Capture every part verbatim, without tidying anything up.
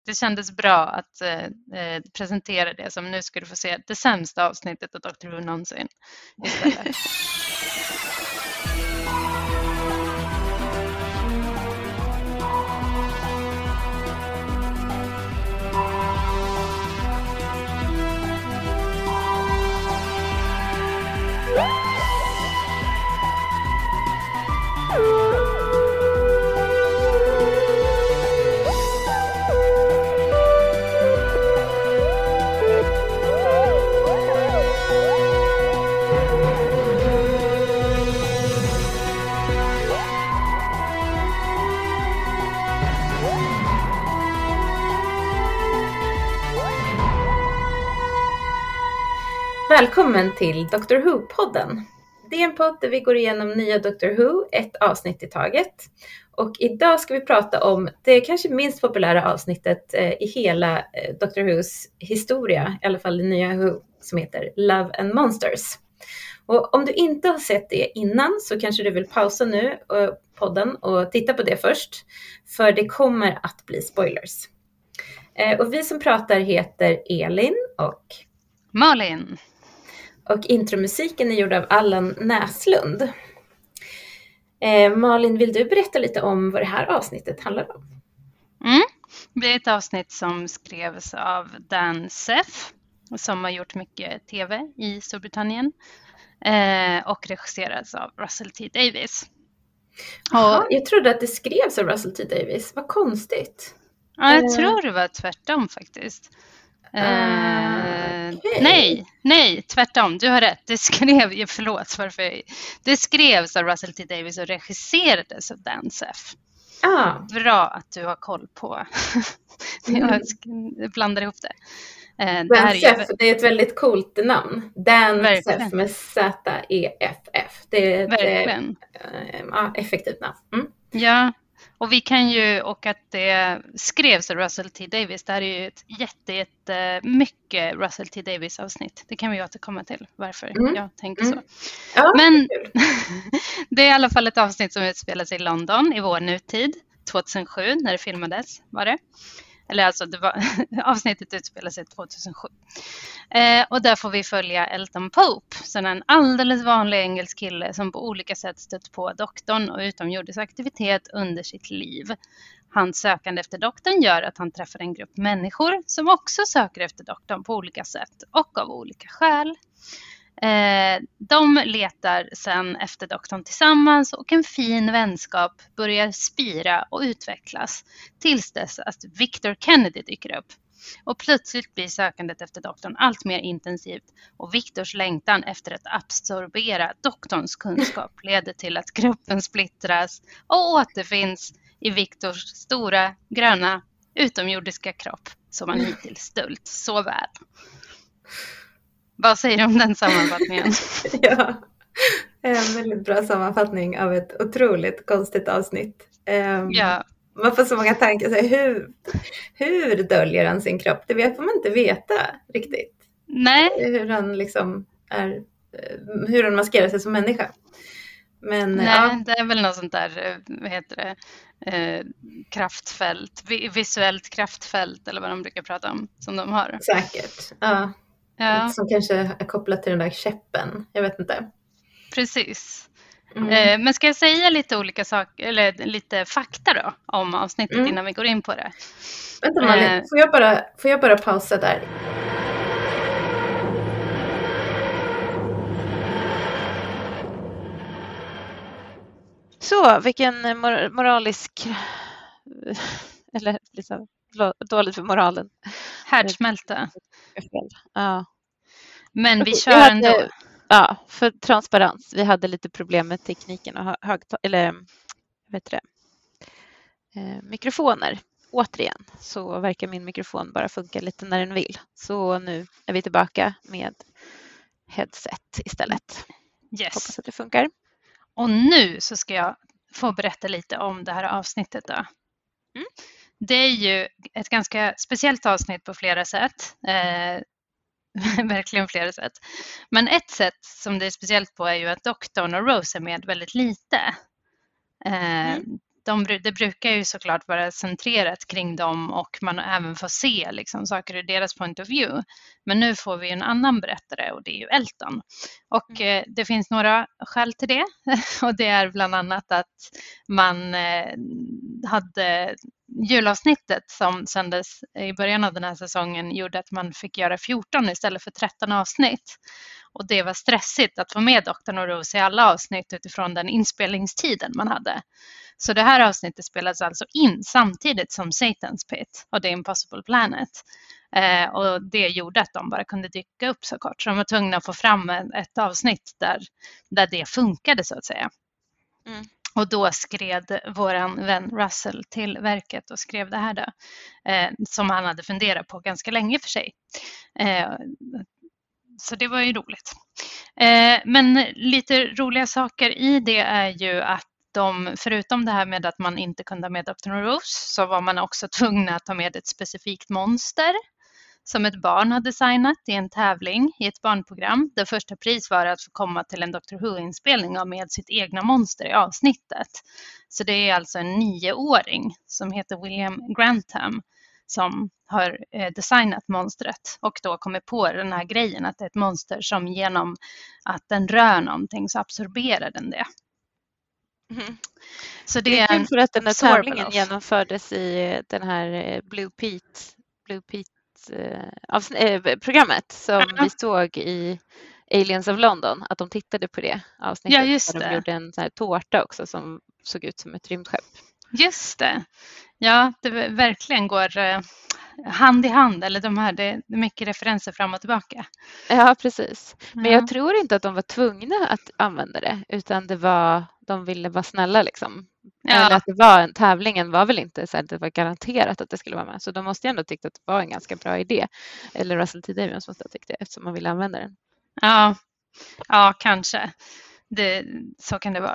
Det kändes bra att eh, presentera det som nu ska du få se det sämsta avsnittet av Doctor Who någonsin istället. Välkommen till Doctor Who-podden. Det är en podd där vi går igenom nya Doctor Who, ett avsnitt i taget. Och idag ska vi prata om det kanske minst populära avsnittet i hela Doctor Whos historia, i alla fall det nya Who, som heter Love and Monsters. Och om du inte har sett det innan så kanske du vill pausa nu podden och titta på det först, för det kommer att bli spoilers. Och vi som pratar heter Elin och Malin. Och intromusiken är gjord av Allan Näslund. Eh, Malin, vill du berätta lite om vad det här avsnittet handlar om? Mm. Det är ett avsnitt som skrevs av Dan Seth, som har gjort mycket tv i Storbritannien. Eh, och regisserats av Russell T Davies. Aha, och, jag trodde att det skrevs av Russell T Davies. Vad konstigt. Ja, jag eh. tror det var tvärtom faktiskt. Uh, okay. Nej, nej, tvärtom. Du har rätt. Det skrev, förlåt varför. Det skrevs av Russell T Davies och regisserades av Dan Seth. Ah. Bra att du har koll på. Jag blandar ihop det. Uh, Dan är Seth, ju... det är ett väldigt coolt namn. Dan Seth med Z E F F. Det är ett Verkligen. Uh, effektivt namn. Mm. Ja. Och vi kan ju, och att det skrevs av Russell T Davies, det här är ju ett jätte, jätte mycket Russell T Davies avsnitt. Det kan vi återkomma till varför mm. jag tänker så. Mm. Ja, men det är i alla fall ett avsnitt som utspelas i London i vår nutid, tjugohundrasju när det filmades var det. Eller alltså det var, avsnittet utspelar sig tjugohundrasju. Eh, och där får vi följa Elton Pope. Så en alldeles vanlig engelsk kille som på olika sätt stött på doktorn och utomjordisk aktivitet under sitt liv. Hans sökande efter doktorn gör att han träffar en grupp människor som också söker efter doktorn på olika sätt och av olika skäl. Eh, de letar sen efter doktorn tillsammans och en fin vänskap börjar spira och utvecklas tills dess att Victor Kennedy dyker upp. Och plötsligt blir sökandet efter doktorn allt mer intensivt och Victors längtan efter att absorbera doktorns kunskap leder till att gruppen splittras och återfinns i Victors stora, gröna, utomjordiska kropp som han hittills stölt så väl. Vad säger du om den sammanfattningen? Ja, en väldigt bra sammanfattning av ett otroligt konstigt avsnitt. Um, ja. Man får så många tankar. Så hur, hur döljer han sin kropp? Det vet man inte veta riktigt. Nej. Hur han liksom är, hur han maskerar sig som människa. Men, Nej, ja. det är väl något sånt där, vad heter det, eh, kraftfält, visuellt kraftfält eller vad de brukar prata om, som de har. Säkert, ja. Ja. Som kanske är kopplat till den där käppen. Jag vet inte. Precis. Mm. Eh, men ska jag säga lite olika saker, eller lite fakta då om avsnittet mm. innan vi går in på det? Vänta Malin, eh. får, jag bara, får jag bara pausa där? Så, vilken mor- moralisk, eller liksom dåligt för moralen. Härdsmälta. Ja. Men vi kör hade, ändå. Ja, för transparens. Vi hade lite problem med tekniken och högtal- eller vet det, eh, mikrofoner. Återigen så verkar min mikrofon bara funka lite när den vill. Så nu är vi tillbaka med headset istället. Yes. Hoppas att det funkar. Och nu så ska jag få berätta lite om det här avsnittet då. Mm. Det är ju ett ganska speciellt avsnitt på flera sätt. Eh, verkligen flera sätt. Men ett sätt som det är speciellt på är ju att doktorn och Rose är med väldigt lite. Eh, mm. de, det brukar ju såklart vara centrerat kring dem och man även får se liksom, saker ur deras point of view. Men nu får vi en annan berättare och det är ju Elton. Och eh, det finns några skäl till det och det är bland annat att man eh, hade julavsnittet som sändes i början av den här säsongen gjorde att man fick göra fjorton istället för tretton avsnitt. Och det var stressigt att få med doktorn och Rose i alla avsnitt utifrån den inspelningstiden man hade. Så det här avsnittet spelades alltså in samtidigt som Satan's Pit och The Impossible Planet. Eh, och det gjorde att de bara kunde dyka upp så kort. Så de var tvungna att få fram ett avsnitt där, där det funkade så att säga. Mm. Och då skrev våran vän Russell till verket och skrev det här då. Eh, som han hade funderat på ganska länge för sig. Eh, Så det var ju roligt. Eh, men lite roliga saker i det är ju att de, förutom det här med att man inte kunde ha med doktorn Rose, så var man också tvungna att ta med ett specifikt monster som ett barn hade designat i en tävling i ett barnprogram. Det första pris var att få komma till en Doctor Who-inspelning och med sitt egna monster i avsnittet. Så det är alltså en nioåring som heter William Grantham som har designat monstret och då kommit på den här grejen att det är ett monster som genom att den rör någonting så absorberar den det. Mm. Så det, det är en för att den här absorber tävlingen off. genomfördes i den här Blue Pete, Blue Pete eh, avsn- eh, programmet som Mm. vi såg i Aliens of London, att de tittade på det avsnittet. Ja, just där det. de gjorde en sån här tårta också som såg ut som ett rymdskepp. Just det. Ja, det verkligen går eh, hand i hand. Eller de här, det är mycket referenser fram och tillbaka. Ja, precis. Men Ja. jag tror inte att de var tvungna att använda det, utan det var, de ville vara snälla liksom. Ja. Eller att det var en, tävlingen var väl inte så att det var garanterat att det skulle vara med. Så de måste ju ändå tyckt att det var en ganska bra idé. Eller Russell T. Davies måste ha tyckt det eftersom man ville använda den. Ja, ja kanske. Det, så kan det vara.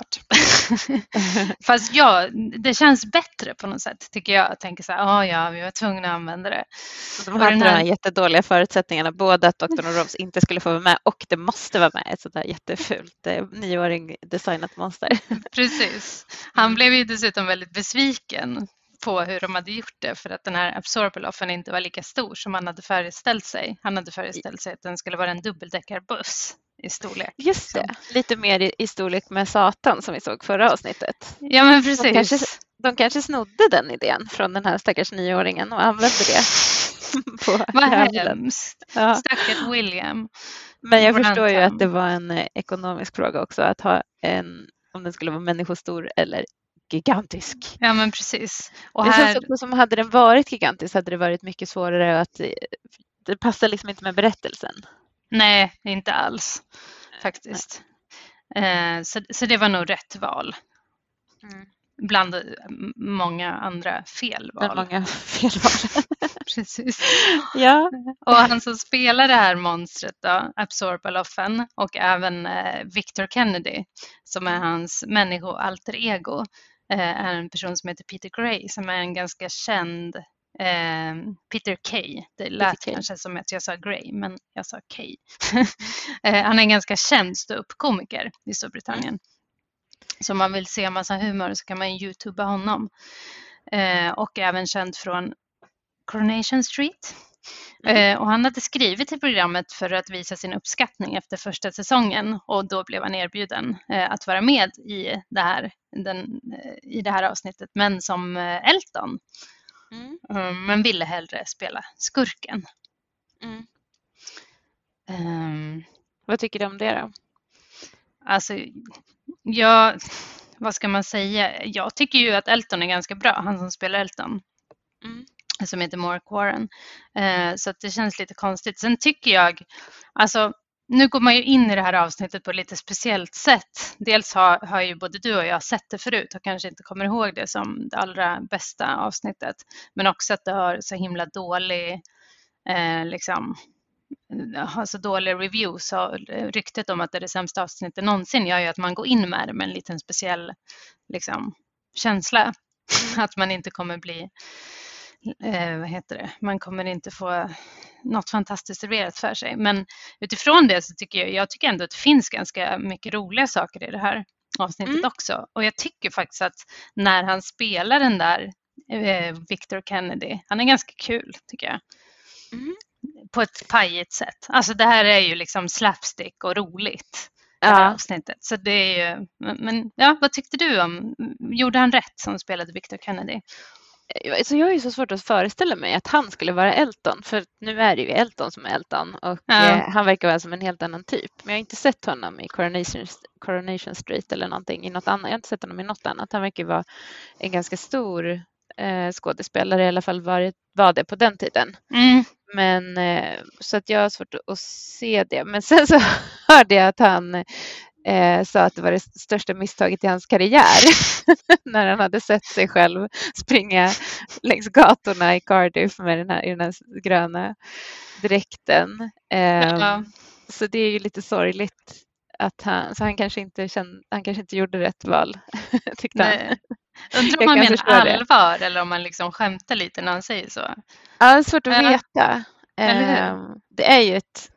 Fast ja, det känns bättre på något sätt tycker jag. Jag tänker så här, oh ja, vi var tvungna att använda det. De hade den de här- här jättedåliga förutsättningarna, både att doktorn och Rose inte skulle få vara med och det måste vara med ett sånt där jättefult eh, nioåring designat monster. Precis. Han blev ju dessutom väldigt besviken på hur de hade gjort det för att den här absorbaloffen inte var lika stor som han hade föreställt sig. Han hade föreställt sig att den skulle vara en dubbeldäckarbuss i storlek. Just det, lite mer i, i storlek med Satan som vi såg förra avsnittet. Ja, men De precis. kanske, de kanske snodde den idén från den här stackars nioåringen och använde det. På Vad tävlingen. hemskt. Ja. Stackars William. Men jag Grantham. förstår ju att det var en eh, ekonomisk fråga också att ha en, om den skulle vara människostor eller gigantisk. Ja, men precis. Och Det här, känns också som hade den varit gigantisk hade det varit mycket svårare att eh, det passar liksom inte med berättelsen. nej, inte alls faktiskt. Eh, så, så det var nog rätt val. Mm. Bland eh, många andra fel Men val. många felval. Precis. Ja. Och han som spelar det här monstret då, Absorbaloffen, och även eh, Victor Kennedy som är hans människoalter ego, eh, är en person som heter Peter Gray som är en ganska känd eh, Peter Kay. Det lät Kay. kanske som att jag sa Gray, men jag sa Kay. eh, han är en ganska känd ståuppkomiker i Storbritannien. Så om man vill se en massa humor så kan man YouTubea honom. Eh, och även känd från Coronation Street. Mm. Eh, och han hade skrivit till programmet för att visa sin uppskattning efter första säsongen och då blev han erbjuden eh, att vara med i det här, den, eh, i det här avsnittet, men som eh, Elton. Mm. Mm, men ville hellre spela skurken. Mm. Um, Vad tycker du om det då? alltså, jag, vad ska man säga? Jag tycker ju att Elton är ganska bra, han som spelar Elton. Mm. Som heter Mark Warren. Eh, så att det känns lite konstigt. Sen tycker jag, alltså nu går man ju in i det här avsnittet på ett lite speciellt sätt. Dels har, har ju både du och jag sett det förut och kanske inte kommer ihåg det som det allra bästa avsnittet. Men också att det har så himla dålig, eh, liksom, har så dåliga reviews och ryktet om att det är det sämsta avsnittet någonsin gör ju att man går in med det med en liten speciell liksom, känsla. Att man inte kommer bli Eh, vad heter det? Man kommer inte få något fantastiskt serverat för sig. Men utifrån det så tycker jag, jag tycker ändå att det finns ganska mycket roliga saker i det här avsnittet Mm. också. Och jag tycker faktiskt att när han spelar den där eh, Victor Kennedy, han är ganska kul tycker jag. Mm. På ett pajigt sätt. Alltså det här är ju liksom slapstick och roligt. Det här Ja. avsnittet. Så det är ju, men ja, vad tyckte du om, gjorde han rätt som spelade Victor Kennedy? Så jag är ju så svårt att föreställa mig att han skulle vara Elton, för nu är det ju Elton som är Elton och Ja. eh, han verkar vara som en helt annan typ. Men jag har inte sett honom i Coronation, Coronation Street eller någonting i något annat. Jag har inte sett honom i något annat. Han verkar vara en ganska stor eh, skådespelare, i alla fall var, var det på den tiden. Mm. Men eh, så att jag har svårt att se det. Men sen så hörde jag att han eh, sa att det var det största misstaget i hans karriär när han hade sett sig själv springa längs gatorna i Cardiff med den här, i den här gröna dräkten. Eh, Ja. Så det är ju lite sorgligt att han, så han kanske inte kände, han kanske inte gjorde rätt val, tyckte han. Nej. Undrar om Jag man kan menar förstå det. allvar eller om man liksom skämtar lite när han säger så. Ja, det är svårt att Ja. veta. Eller hur? Eh, det är ju ett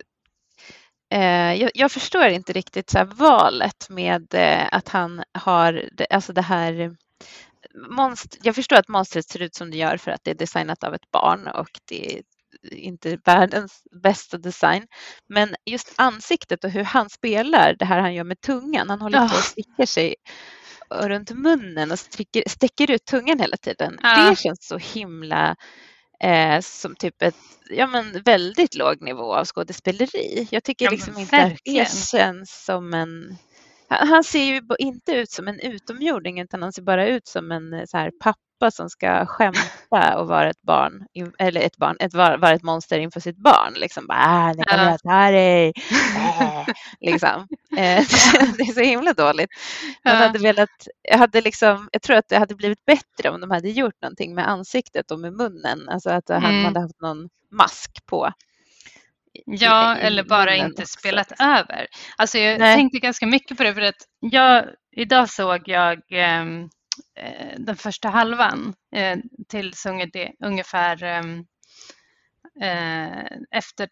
eh, jag, jag förstår inte riktigt så här valet med eh, att han har det, alltså det här monster, jag förstår att monstret ser ut som det gör för att det är designat av ett barn och det är inte världens bästa design, men just ansiktet och hur han spelar det här han gör med tungan, han håller Ja. på och sticker sig runt munnen och sticker, sticker ut tungan hela tiden. Ja. Det känns så himla eh, som typ ett ja, men väldigt låg nivå av skådespeleri. Jag tycker Ja, liksom men inte att verkligen. det känns som en han, han ser ju inte ut som en utomjording utan han ser bara ut som en så här pappa som ska skämta och vara ett barn eller ett barn, ett, vara ett monster inför sitt barn liksom bara ah, ni kommer Ja. att ta dig äh, liksom eh, det är så himla dåligt. Man Ja. hade velat, jag hade liksom, jag tror att det hade blivit bättre om de hade gjort någonting med ansiktet och med munnen, alltså att han Mm. hade haft någon mask på. Ja, i- i eller bara munnen inte också, spelat liksom. över. Alltså jag Nej. tänkte ganska mycket på det för att jag, idag såg jag ehm, eh, den första halvan eh, tills unge- det- ungefär ehm, eh, efter,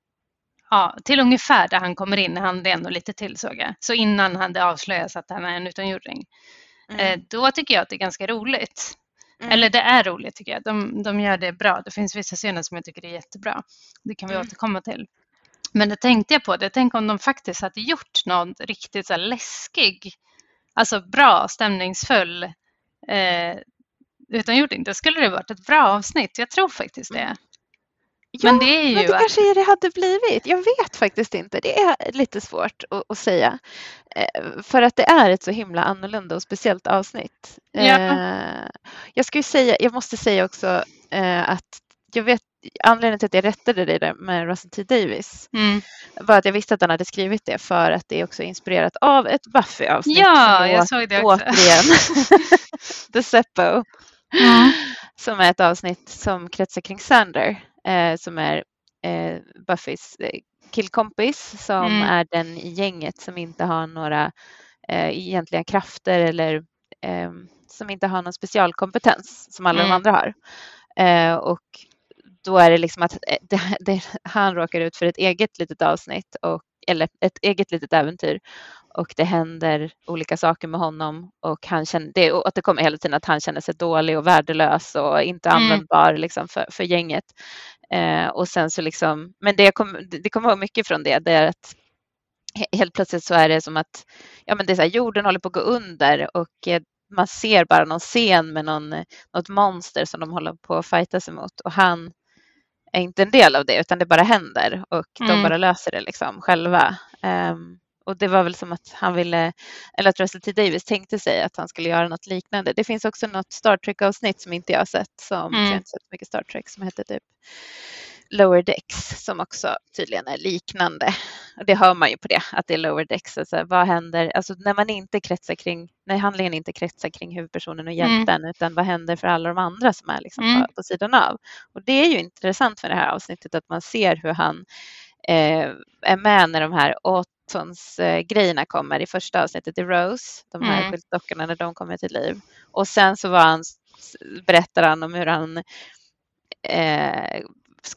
ja, till ungefär där han kommer in, han det ändå lite till såg jag. Så innan han det avslöjas att han är en utomjording. Mm. Eh, då tycker jag att det är ganska roligt. Mm. Eller det är roligt tycker jag. De, de gör det bra. Det finns vissa scener som jag tycker är jättebra. Det kan vi Mm. återkomma till. Men det tänkte jag på. Det tänk om de faktiskt hade gjort något riktigt så här läskig, alltså bra, stämningsfull eh, utomjording. Då skulle det varit ett bra avsnitt. Jag tror faktiskt det. Mm. Men Ja, det är ju men det att- kanske det hade blivit. Jag vet faktiskt inte. Det är lite svårt att, att säga. Eh, för att det är ett så himla annorlunda och speciellt avsnitt. Ja. Eh, jag ska ju säga, jag måste säga också eh, att jag vet, anledningen till att jag rättade dig där med Russell T Davies Mm. var att jag visste att han hade skrivit det för att det är också inspirerat av ett Buffy-avsnitt. Ja, som jag åt- såg det också. Återigen. The Seppo. Mm. Som är ett avsnitt som kretsar kring Sander, eh, som är eh, Buffys eh, killkompis, som Mm. är den i gänget som inte har några eh, egentliga krafter eller eh, som inte har någon specialkompetens som alla Mm. de andra har. Eh, och då är det liksom att eh, det, det, han råkar ut för ett eget litet avsnitt och, eller ett eget litet äventyr och det händer olika saker med honom och han känner, det återkommer hela tiden att han känner sig dålig och värdelös och inte Mm. användbar liksom för, för gänget. Eh, och sen så liksom, men det jag kom, det kommer ihåg mycket från det, det är att he- helt plötsligt så är det som att ja, men det är så här, jorden håller på att gå under och eh, man ser bara någon scen med någon, något monster som de håller på att fightas emot och han är inte en del av det utan det bara händer och Mm. de bara löser det liksom själva. Um, och det var väl som att han ville, eller att Russell T Davies tänkte sig att han skulle göra något liknande. Det finns också något Star Trek-avsnitt som inte jag har sett, som Mm. jag har inte sett så mycket Star Trek, som heter typ Lower Decks, som också tydligen är liknande. Och det hör man ju på det, att det är Lower Decks. Alltså, vad händer, alltså när man inte kretsar kring, när handlingen inte kretsar kring huvudpersonen och hjälten, utan vad händer för alla de andra som är liksom Mm. på, på sidan av. Och det är ju intressant för det här avsnittet att man ser hur han eh, är med när de här Autons eh, grejerna kommer i första avsnittet i Rose, de här Mm. skyltdockorna när de kommer till liv. Och sen så var han, berättar han om hur han eh,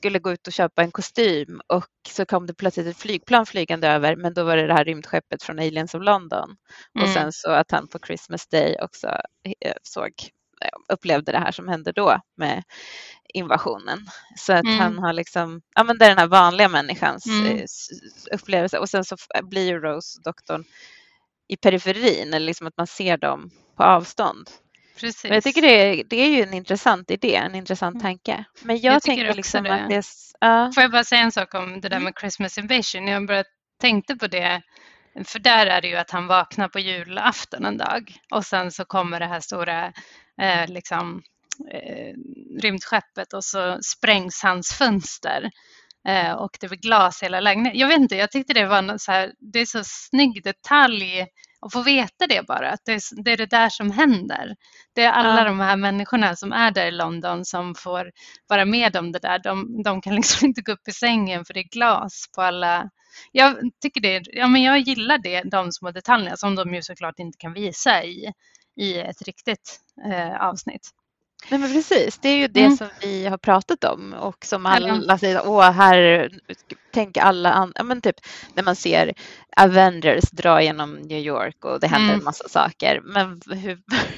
skulle gå ut och köpa en kostym och så kom det plötsligt ett flygplan flygande över, men då var det det här rymdskeppet från Aliens of London. Mm. Och sen så att han på Christmas Day också såg, upplevde det här som hände då med invasionen. Så att mm. han har liksom, ja men det är den här vanliga människans mm. upplevelse. Och sen så blir ju Rose doktorn i periferin, eller liksom att man ser dem på avstånd. Precis. Men jag tycker det är, det är ju en intressant idé, en intressant tanke. Men jag, jag tänker liksom det. att det är... Uh. Får jag bara säga en sak om det där med Christmas Invasion? Jag bara tänkte på det, för där är det ju att han vaknar på julafton en dag och sen så kommer det här stora eh, liksom, eh, rymdskeppet och så sprängs hans fönster. Eh, och det var glas hela lägenheten. Jag vet inte, jag tyckte det var så här, det är så snygg detalj att få veta det bara, att det är, det är det där som händer. Det är alla ja. de här människorna som är där i London som får vara med om det där. De, de kan liksom inte gå upp i sängen för det är glas på alla. Jag tycker det, ja men jag gillar det, de små detaljerna som de ju såklart inte kan visa i, i ett riktigt eh, avsnitt. Nej men precis, det är ju det mm. som vi har pratat om och som alla säger, åh här, tänk alla andra, men typ när man ser Avengers dra genom New York och det händer mm. en massa saker, men hur,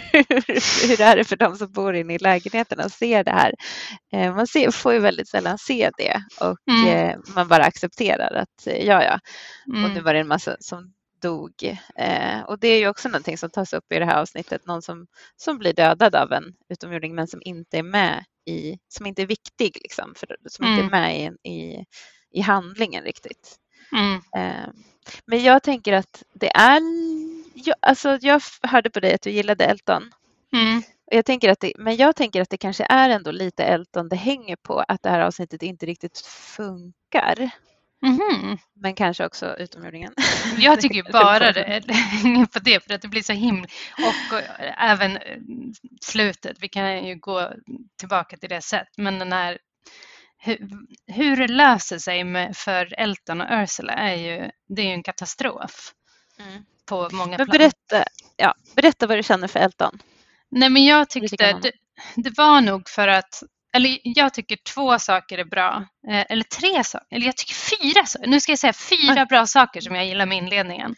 hur är det för de som bor inne i lägenheterna och ser det här? Man ser, får ju väldigt sällan se det och mm. man bara accepterar att ja ja, mm. och nu var det en massa som dog. Eh, och det är ju också någonting som tas upp i det här avsnittet. Någon som, som blir dödad av en utomjording men som inte är med i, som inte är viktig liksom, för, som mm. inte är med i, i, i handlingen riktigt. Mm. Eh, men jag tänker att det är, jag, alltså jag hörde på dig att du gillade Elton. Mm. Jag tänker att det, men jag tänker att det kanske är ändå lite Elton det hänger på att det här avsnittet inte riktigt funkar. Mm-hmm. Men kanske också utomjordingen. Jag tycker ju bara det hänger på det för att det blir så himla och, och även slutet. Vi kan ju gå tillbaka till det sätt. Men den här hur, hur det löser sig med, för Elton och Ursula är ju, det är ju en katastrof mm. på många men plan. Berätta, ja, berätta vad du känner för Elton. Nej men jag tyckte det, det var nog för att eller jag tycker två saker är bra. Eh, eller tre saker. Eller jag tycker fyra saker. Nu ska jag säga fyra mm. bra saker som jag gillar med inledningen.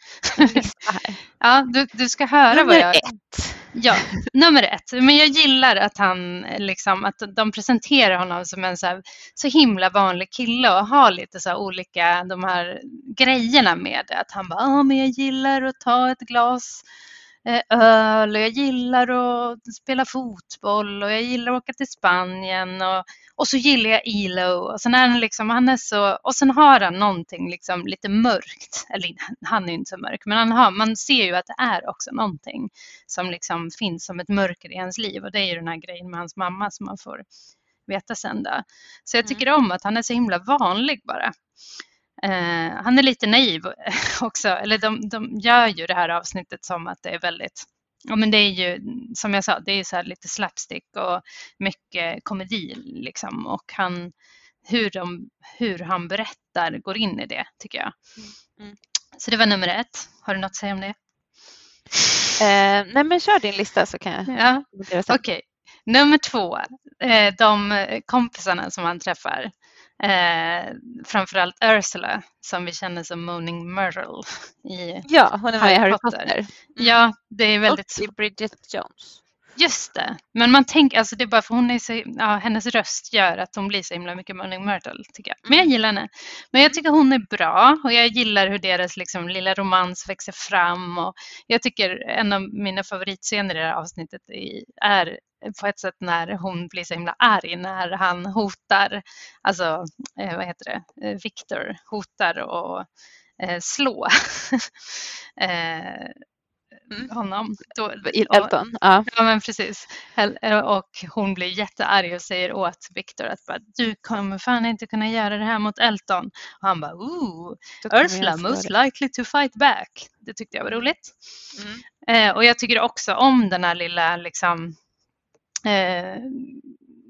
Ja, du, du ska höra nummer vad jag... ett. Ja, nummer ett. Men jag gillar att han liksom, att de presenterar honom som en så, här, så himla vanlig kille och har lite så här olika de här grejerna med det. Att han bara, ja men jag gillar att ta ett glas öl och jag gillar att spela fotboll och jag gillar att åka till Spanien och, och så gillar jag E L O och sen är han liksom, han är så, och sen har han någonting liksom lite mörkt, eller han är inte så mörk, men han har, man ser ju att det är också någonting som liksom finns som ett mörker i hans liv och det är ju den här grejen med hans mamma som man får veta sen då. Så jag tycker mm. om att han är så himla vanlig bara. Uh, han är lite naiv också, eller de, de gör ju det här avsnittet som att det är väldigt, ja men det är ju som jag sa, det är så här lite slapstick och mycket komedi liksom och han, hur, de, hur han berättar går in i det tycker jag. Mm. Mm. Så det var nummer ett, har du något att säga om det? Uh, nej men kör din lista så kan jag. Ja, okej. Okay. Nummer två, uh, de kompisarna som han träffar. Eh, framförallt Ursula som vi känner som Moaning Myrtle i ja, hon är med i Harry Potter. Potter. Mm. Ja, det är väldigt... Och i Bridget Jones. Just det, men man tänker, alltså det är bara för hon är så, ja, hennes röst gör att hon blir så himla mycket Moaning Myrtle tycker jag. Men jag gillar henne. Men jag tycker hon är bra och jag gillar hur deras liksom lilla romans växer fram och jag tycker en av mina favoritscener i det här avsnittet är på ett sätt när hon blir så himla arg när han hotar, alltså eh, vad heter det, eh, Victor hotar och eh, slå eh, mm. honom. Då, Elton, ja. Ja men precis. Och hon blir jättearg och säger åt Victor att bara, du kommer fan inte kunna göra det här mot Elton. Och han bara, ooh, Ursula most likely to fight back. Det tyckte jag var roligt. Mm. Eh, och jag tycker också om den här lilla liksom Eh,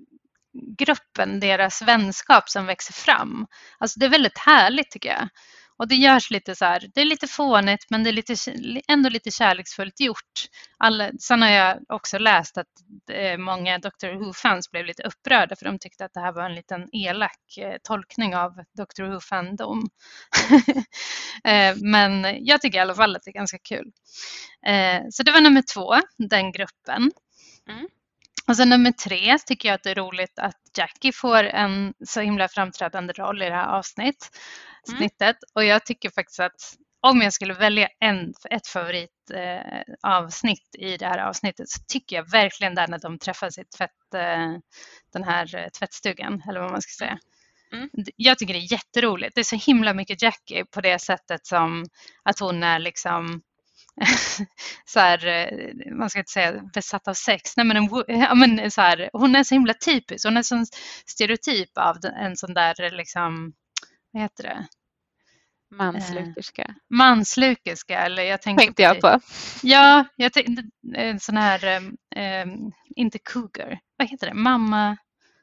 gruppen, deras vänskap som växer fram. Alltså det är väldigt härligt tycker jag. Och det görs lite så här, det är lite fånigt men det är lite, ändå lite kärleksfullt gjort. Alla, sen har jag också läst att eh, många Doctor Who-fans blev lite upprörda för de tyckte att det här var en liten elak eh, tolkning av Doctor Who-fandom. eh, men jag tycker i alla fall att det är ganska kul. Eh, så det var nummer två, den gruppen. Mm. Och sen nummer tre tycker jag att det är roligt att Jackie får en så himla framträdande roll i det här avsnitt, mm. snittet. Och jag tycker faktiskt att om jag skulle välja en, ett favoritavsnitt eh, i det här avsnittet så tycker jag verkligen där när de träffas i tvätt, eh, den här eh, tvättstugan, eller vad man ska säga. Mm. Jag tycker det är jätteroligt. Det är så himla mycket Jackie på det sättet som att hon är liksom så här, man ska inte säga besatt av sex. Nej, men, en, ja, men så här, hon är så himla typisk. Hon är så stereotyp av en sån där liksom, vad heter det? Manslukerska. Eh, manslukerska, eller jag tänkte, tänkte jag på. Ja, jag tänkte en sån här, eh, inte cougar. Vad heter det? Mamma.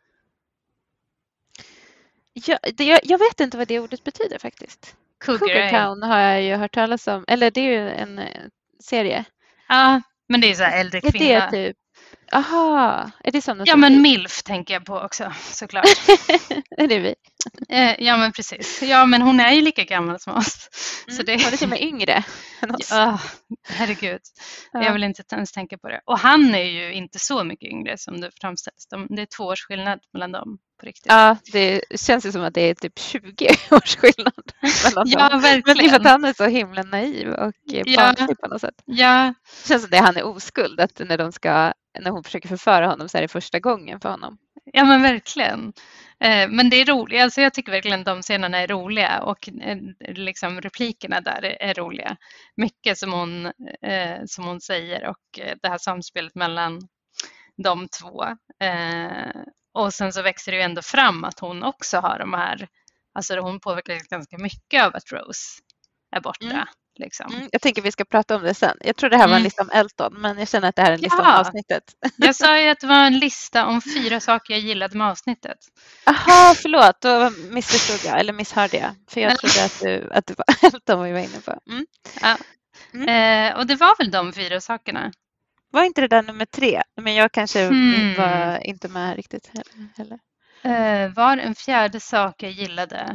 Ja, det, jag, jag vet inte vad det ordet betyder faktiskt. Cougar Town har jag ju hört talas om. Eller det är ju en serie. Ja, men det är så här äldre kvinna. Är det typ... Aha, är det sådana? Ja, men milf tänker jag på också, såklart. Är det vi? Eh, ja, men precis. Ja, men hon är ju lika gammal som oss. Mm, så det hon är till och med yngre än oss. Ja, herregud. Ja. Jag vill inte ens tänka på det. Och han är ju inte så mycket yngre som det framställs. De, det är två års skillnad mellan dem på riktigt. Ja, det känns ju som att det är typ tjugo års skillnad mellan ja, dem. Verkligen. Men det är för att han är så himla naiv och barnslig ja. på något sätt. Ja. Det känns som det han är oskuld, att när de ska när hon försöker förföra honom så är det första gången för honom. Ja, men verkligen. Eh, men det är roligt. Alltså jag tycker verkligen de scenerna är roliga och eh, liksom replikerna där är, är roliga. Mycket som hon, eh, som hon säger och eh, det här samspelet mellan de två. Eh, och sen så växer det ju ändå fram att hon också har de här, alltså hon påverkas ganska mycket av att Rose är borta. Mm. Liksom. Mm, jag tänker vi ska prata om det sen. Jag tror det här var en mm. lista om Elton, men jag känner att det här är en lista ja. om avsnittet. Jag sa ju att det var en lista om fyra saker jag gillade med avsnittet. Jaha, förlåt. Då missförstod jag, eller misshörde jag. För jag trodde att, du, att det var Elton vi var inne på. Mm. Ja. Mm. Eh, och det var väl de fyra sakerna. Var inte det där nummer tre? Men jag kanske mm. var inte med riktigt heller. Eh, var en fjärde sak jag gillade?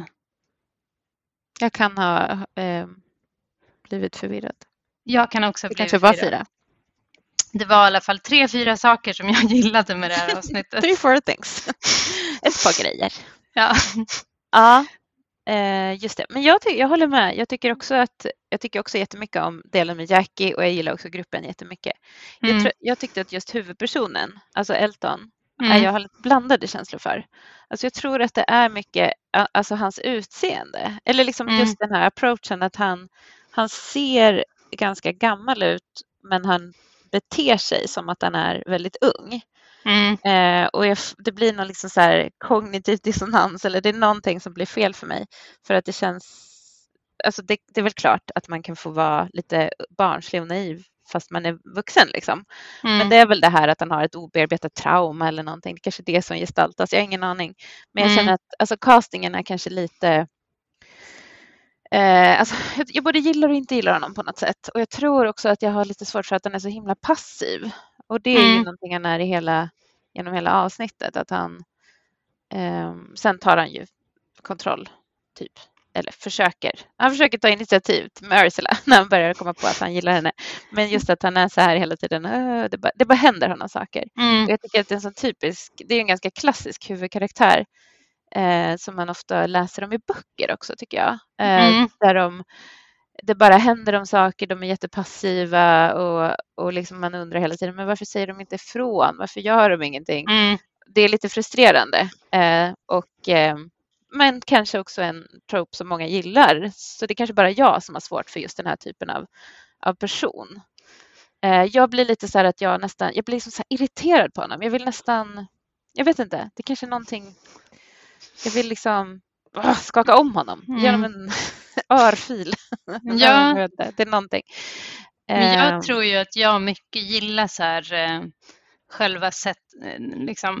Jag kan ha... Eh, blivit förvirrad. Jag kan också det blivit kanske var fyra. Det var i alla fall tre, fyra saker som jag gillade med det här avsnittet. Three, four things. Ett par grejer. Ja. Ja, eh, just det. Men jag, ty- jag håller med. Jag tycker också att jag tycker också jättemycket om delen med Jackie och jag gillar också gruppen jättemycket. Mm. Jag, tro, jag tyckte att just huvudpersonen, alltså Elton, mm. är jag har lite blandade känslor för. Alltså jag tror att det är mycket, alltså hans utseende. Eller liksom mm. just den här approachen att han Han ser ganska gammal ut men han beter sig som att han är väldigt ung. Mm. Eh, och jag, det blir någon liksom så här kognitiv dissonans eller det är någonting som blir fel för mig. För att det känns, alltså det, det är väl klart att man kan få vara lite barnslig och naiv fast man är vuxen liksom. Mm. Men det är väl det här att han har ett obearbetat trauma eller någonting. Det är kanske det som gestaltas, jag har ingen aning. Men jag mm. känner att alltså, castingen är kanske lite... Eh, alltså, jag både gillar och inte gillar honom på något sätt. Och jag tror också att jag har lite svårt för att han är så himla passiv. Och det är mm. ju någonting han är i hela, genom hela avsnittet. Att han, eh, sen tar han ju kontroll, typ. Eller försöker. Han försöker ta initiativ med Ursula när han börjar komma på att han gillar henne. Men just att han är så här hela tiden. Det bara, det bara händer honom saker. Mm. Och jag tycker att det är en sån typisk, det är en ganska klassisk huvudkaraktär. Eh, som man ofta läser om i böcker också tycker jag. Eh, mm. Där de, det bara händer om saker, de är jättepassiva och, och liksom man undrar hela tiden, men varför säger de inte ifrån? Varför gör de ingenting? Mm. Det är lite frustrerande. Eh, och, eh, men kanske också en trope som många gillar. Så det är kanske bara jag som har svårt för just den här typen av, av person. Eh, jag blir lite så här att jag nästan, jag blir liksom så här irriterad på honom. Jag vill nästan, jag vet inte, det kanske är någonting. Jag vill liksom åh, skaka om honom mm. genom en örfil. Ja. Det är någonting. Men jag um, tror ju att jag mycket gillar så här, eh, själva sätt, liksom,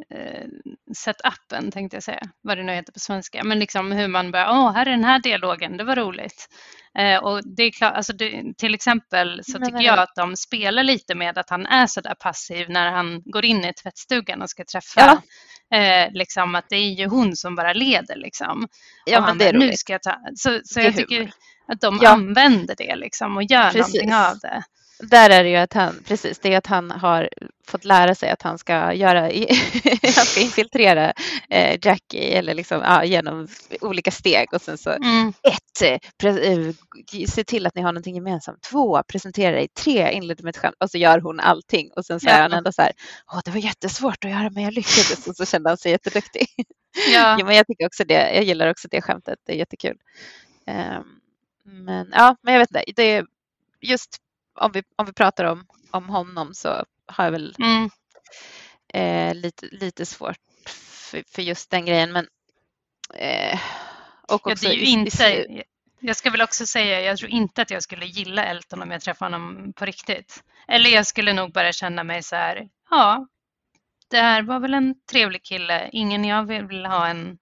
eh, setupen, tänkte jag säga, vad det nu heter på svenska, men liksom hur man bara, åh, här är den här dialogen, det var roligt. Eh, och det är klart, alltså det, till exempel så Men tycker är jag det- att de spelar lite med att han är så där passiv när han går in i tvättstugan och ska träffa, Ja. eh, liksom att det är ju hon som bara leder liksom. Ja, Och men han det är bara, nu roligt. ska jag ta, så, så Det är jag tycker humor. att de Ja. använder det liksom och gör Precis. någonting av det. Där är det ju att han, precis, det är att han har fått lära sig att han ska göra, han ska infiltrera eh, Jackie eller liksom, ja, genom olika steg och sen så Mm. ett, eh, pre, eh, se till att ni har någonting gemensamt, två, presentera dig, tre, inleda med ett skämt och så gör hon allting och sen så Ja. är han ändå så här, åh det var jättesvårt att göra men jag lyckades och så kände han sig jätteduktig. Ja. Jo, men jag tycker också det, jag gillar också det skämtet, det är jättekul. Um, men ja, men jag vet inte, det är just om vi, om vi pratar om, om honom så har jag väl Mm. eh, lite, lite svårt för, för just den grejen. Men, eh, och Ja, också det är ju i- i- inte, jag ska väl också säga, jag tror inte att jag skulle gilla Elton om jag träffade honom på riktigt. Eller jag skulle nog bara känna mig så här, ja, det här var väl en trevlig kille, ingen jag vill ha en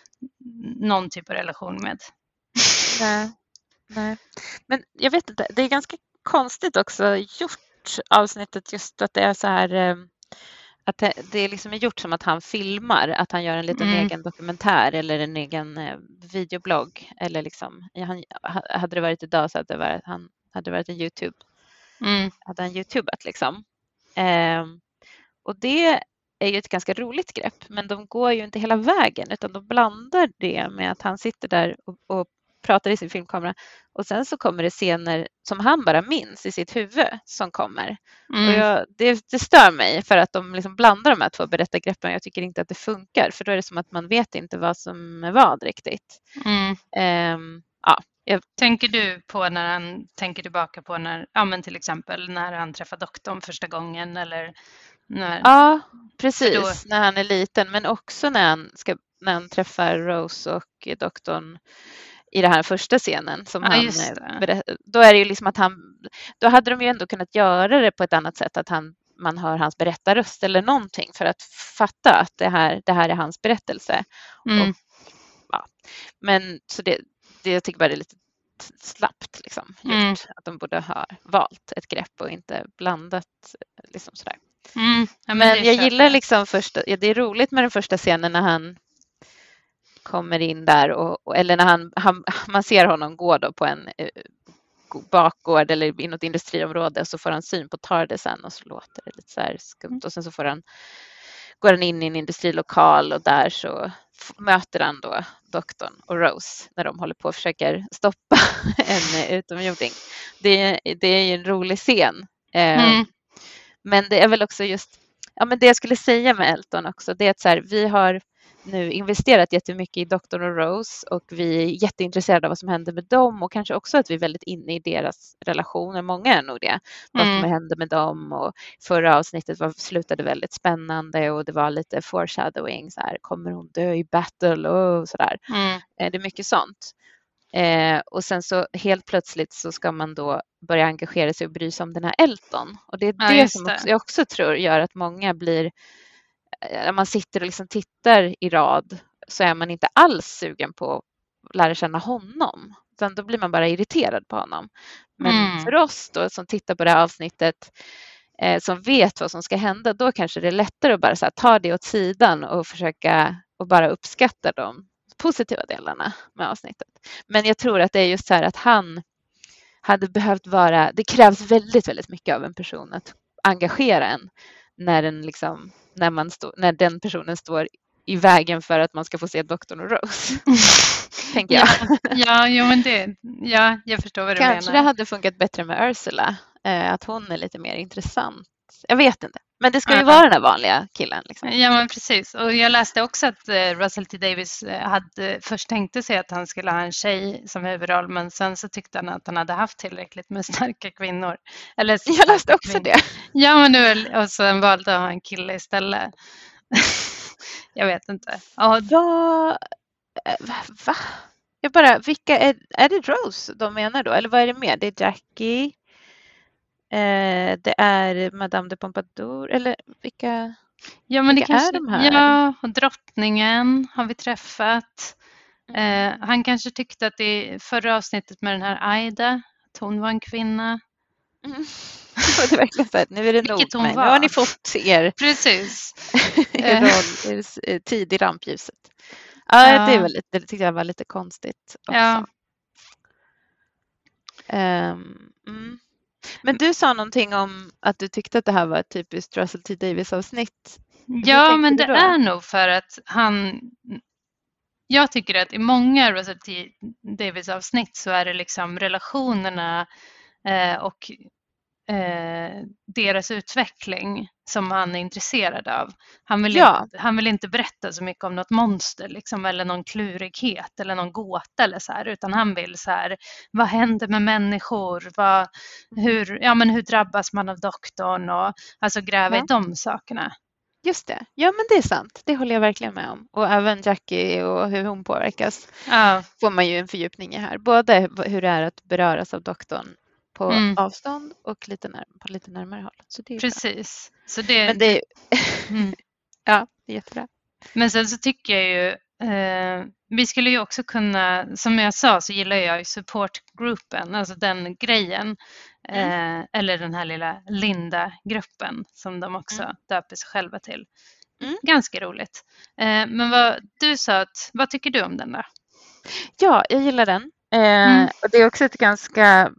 någon typ av relation med. nej, nej. Men jag vet inte, det är ganska konstigt också gjort avsnittet just att det är så här eh, att det, det är liksom gjort som att han filmar, att han gör en liten Mm. egen dokumentär eller en egen eh, videoblogg eller liksom, ja, han, hade det varit idag så hade det varit, han hade det varit en YouTube, Mm. hade han YouTubat liksom. Eh, och det är ju ett ganska roligt grepp, men de går ju inte hela vägen utan de blandar det med att han sitter där och, och pratar i sin filmkamera och sen så kommer det scener som han bara minns i sitt huvud som kommer. Mm. Och jag, det, det stör mig för att de liksom blandar de här två berättargreppen. Jag tycker inte att det funkar för då är det som att man vet inte vad som är vad riktigt. Mm. Um, ja, jag, Tänker du på när han tänker tillbaka på när, ja men till exempel när han träffar doktorn första gången eller när, ja, precis, För då- när han är liten men också när han, ska, när han träffar Rose och doktorn i den här första scenen som Ja, han just det. eh, berätt, då är det ju liksom att han, då hade de ju ändå kunnat göra det på ett annat sätt, att han, man hör hans berättarröst eller någonting för att fatta att det här, det här är hans berättelse. Mm. Och, ja. Men så det, det, jag tycker bara det är lite slappt liksom, gjort, Mm. att de borde ha valt ett grepp och inte blandat liksom sådär. Mm. Ja, Men, det jag köper gillar liksom första, ja, det är roligt med den första scenen när han kommer in där och, och eller när han, han man ser honom gå då på en eh, bakgård eller i något industriområde och så får han syn på Tardisen och så låter det lite så här skumt och sen så får han går han in i en industrilokal och där så f- möter han då doktorn och Rose när de håller på och försöker stoppa en eh, utomjording. Det, det är ju en rolig scen. Eh, Mm. Men det är väl också just, ja men det jag skulle säga med Elton också, det är att så här, vi har nu investerat jättemycket i doktorn och Rose och vi är jätteintresserade av vad som händer med dem och kanske också att vi är väldigt inne i deras relationer, många är nog det, vad som Mm. händer med dem och förra avsnittet var, slutade väldigt spännande och det var lite foreshadowing, så här, kommer hon dö i battle och sådär. Mm. Eh, Det är mycket sånt. Eh, och sen så helt plötsligt så ska man då börja engagera sig och bry sig om den här Elton. Och det är Ja, det just som det. också, jag också tror gör att många blir, eh, när man sitter och liksom tittar i rad så är man inte alls sugen på att lära känna honom. Utan då blir man bara irriterad på honom. Men Mm. för oss då som tittar på det här avsnittet, eh, som vet vad som ska hända, då kanske det är lättare att bara så här, ta det åt sidan och försöka och bara uppskatta de positiva delarna med avsnittet. Men jag tror att det är just så här att han hade behövt vara, det krävs väldigt, väldigt mycket av en person att engagera en när, den liksom, när, man stå, när den personen står i vägen för att man ska få se doktorn och Rose. Tänker jag. Ja, ja, jo, men det, ja, jag förstår vad du Kanske det menar. hade funkat bättre med Ursula, eh, att hon är lite mer intressant. Jag vet inte, men det ska ju Ja. vara den här vanliga killen. Liksom. Ja, men precis. Och jag läste också att eh, Russell T Davies eh, hade först tänkte sig att han skulle ha en tjej som huvudroll, men sen så tyckte han att han hade haft tillräckligt med starka kvinnor. Eller Jag starka läste också kvinnor. det. Ja, men nu och sen valde han en kille istället. Jag vet inte. Ja, Ja, eh, va? Jag bara, vilka är, är det Rose de menar då? Eller vad är det mer? Det är Jackie, eh, det är Madame de Pompadour, eller vilka? Ja, men det Vilka kanske, är de här? ja, och drottningen har vi träffat. Mm. Eh, han kanske tyckte att i förra avsnittet med den här Aida, att hon var en kvinna. Mm. Det är verkligen så här, nu är det nog Vilket hon med. Nu var. har ni fått er, Precis. er Eh. roll, er s- eh, tid i rampljuset. Ja, Ja. det, är väl lite, det tyckte jag var lite konstigt också. Ja. Ehm, mm. Men du sa någonting om att du tyckte att det här var ett typiskt Russell T Davies-avsnitt. Ja, tänkte men du det då? är nog för att han... Jag tycker att i många Russell T Davies-avsnitt så är det liksom relationerna eh, och eh, deras utveckling som han är intresserad av. Han vill, Ja. inte, han vill inte berätta så mycket om något monster liksom, eller någon klurighet eller någon gåta eller så här, utan han vill så här, vad händer med människor? Vad, hur, ja, men hur drabbas man av doktorn? Och, alltså gräva Ja. i de sakerna. Just det. Ja, men det är sant. Det håller jag verkligen med om. Och även Jackie och hur hon påverkas Ja, får man ju en fördjupning i här. Både hur det är att beröras av doktorn på Mm. avstånd och lite när, på lite närmare håll. Så det är bra. precis. Så det, Men det, mm. ja, det är jättebra. Men sen så tycker jag ju, eh, vi skulle ju också kunna, som jag sa så gillar jag ju supportgruppen, alltså den grejen. Eh, eller den här lilla Linda-gruppen som de också Mm. döper sig själva till. Mm. Ganska roligt. Eh, men vad du sa, att, vad tycker du om den då? Ja, jag gillar den. Eh, Mm. och det är också ett ganska...